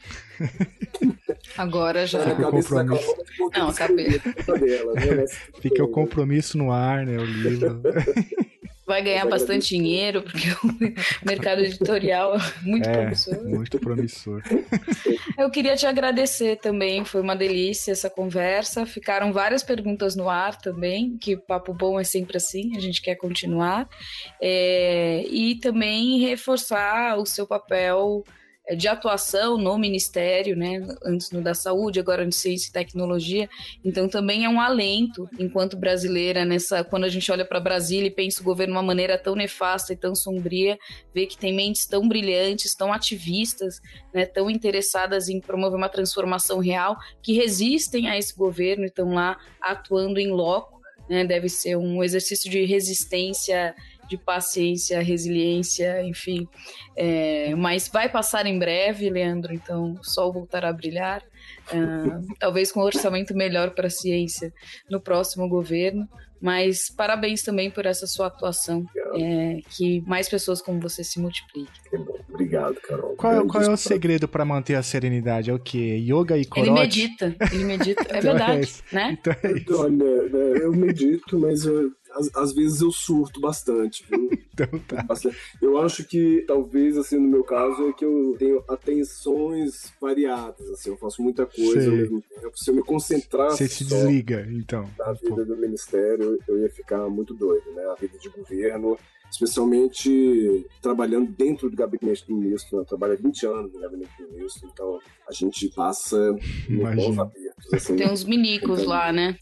Agora já. Fica o compromisso. Não, acabei. Fica o compromisso no ar, né? O livro. Vai ganhar bastante dinheiro, porque o mercado editorial é muito promissor. Muito promissor. Eu queria te agradecer também, foi uma delícia essa conversa. Ficaram várias perguntas no ar também, que papo bom é sempre assim, a gente quer continuar. E também reforçar o seu papel de atuação no Ministério, né? Antes no da Saúde, agora no Ciência e Tecnologia. Então também é um alento, enquanto brasileira, quando a gente olha para Brasília e pensa o governo de uma maneira tão nefasta e tão sombria, ver que tem mentes tão brilhantes, tão ativistas, né, tão interessadas em promover uma transformação real, que resistem a esse governo e estão lá atuando em loco, né, deve ser um exercício de resistência, de paciência, resiliência, enfim. Mas vai passar em breve, Leandro, então o sol voltará a brilhar, talvez com um orçamento melhor para a ciência no próximo governo. Mas parabéns também por essa sua atuação, que mais pessoas como você se multipliquem. Obrigado, Carol. Qual é o segredo para manter a serenidade? É o quê? Yoga e corote? Ele medita, é verdade, né? Então é isso. Olha, eu medito, mas às vezes eu surto bastante, viu? Então tá. Eu acho que, talvez, assim, no meu caso, é que eu tenho atenções variadas, assim, eu faço muita coisa ao mesmo tempo. Se eu me concentrasse você se desliga, então. na vida do Ministério, eu ia ficar muito doido, né? A vida de governo, especialmente trabalhando dentro do gabinete do ministro, né? Eu trabalho há 20 anos no gabinete do ministro, então a gente passa bons apertos. Assim, tem uns minicos lá, né?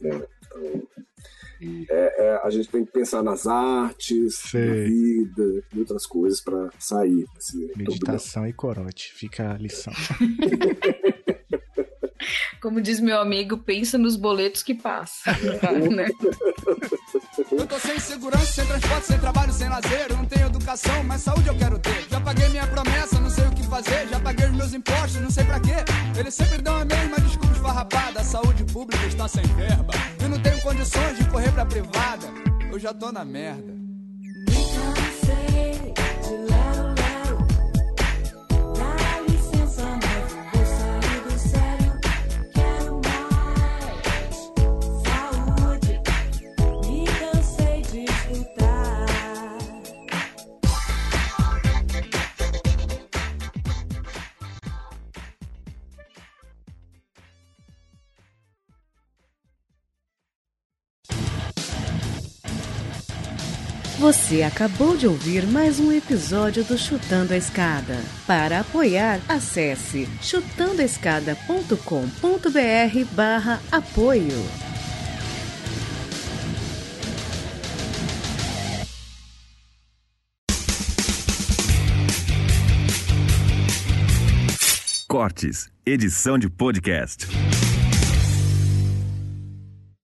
A gente tem que pensar nas artes, na vida e outras coisas para sair. Meditação e corote, fica a lição. Como diz meu amigo, pensa nos boletos que passam. Né? Eu tô sem segurança, sem transporte, sem trabalho, sem lazer. Eu não tenho educação, mas saúde eu quero ter. Já paguei minha promessa, não sei o que fazer. Já paguei os meus impostos, não sei pra quê. Eles sempre dão a mesma desculpa esfarrapada. A saúde pública está sem verba. Eu não tenho condições de correr pra privada. Eu já tô na merda. Me cansei de lero, lero. Dá licença, mas eu vou sair do sério. Quero mais saúde. Me cansei de escutar. Você acabou de ouvir mais um episódio do Chutando a Escada. Para apoiar, acesse chutandoaescada.com.br/apoio. Cortes, edição de podcast.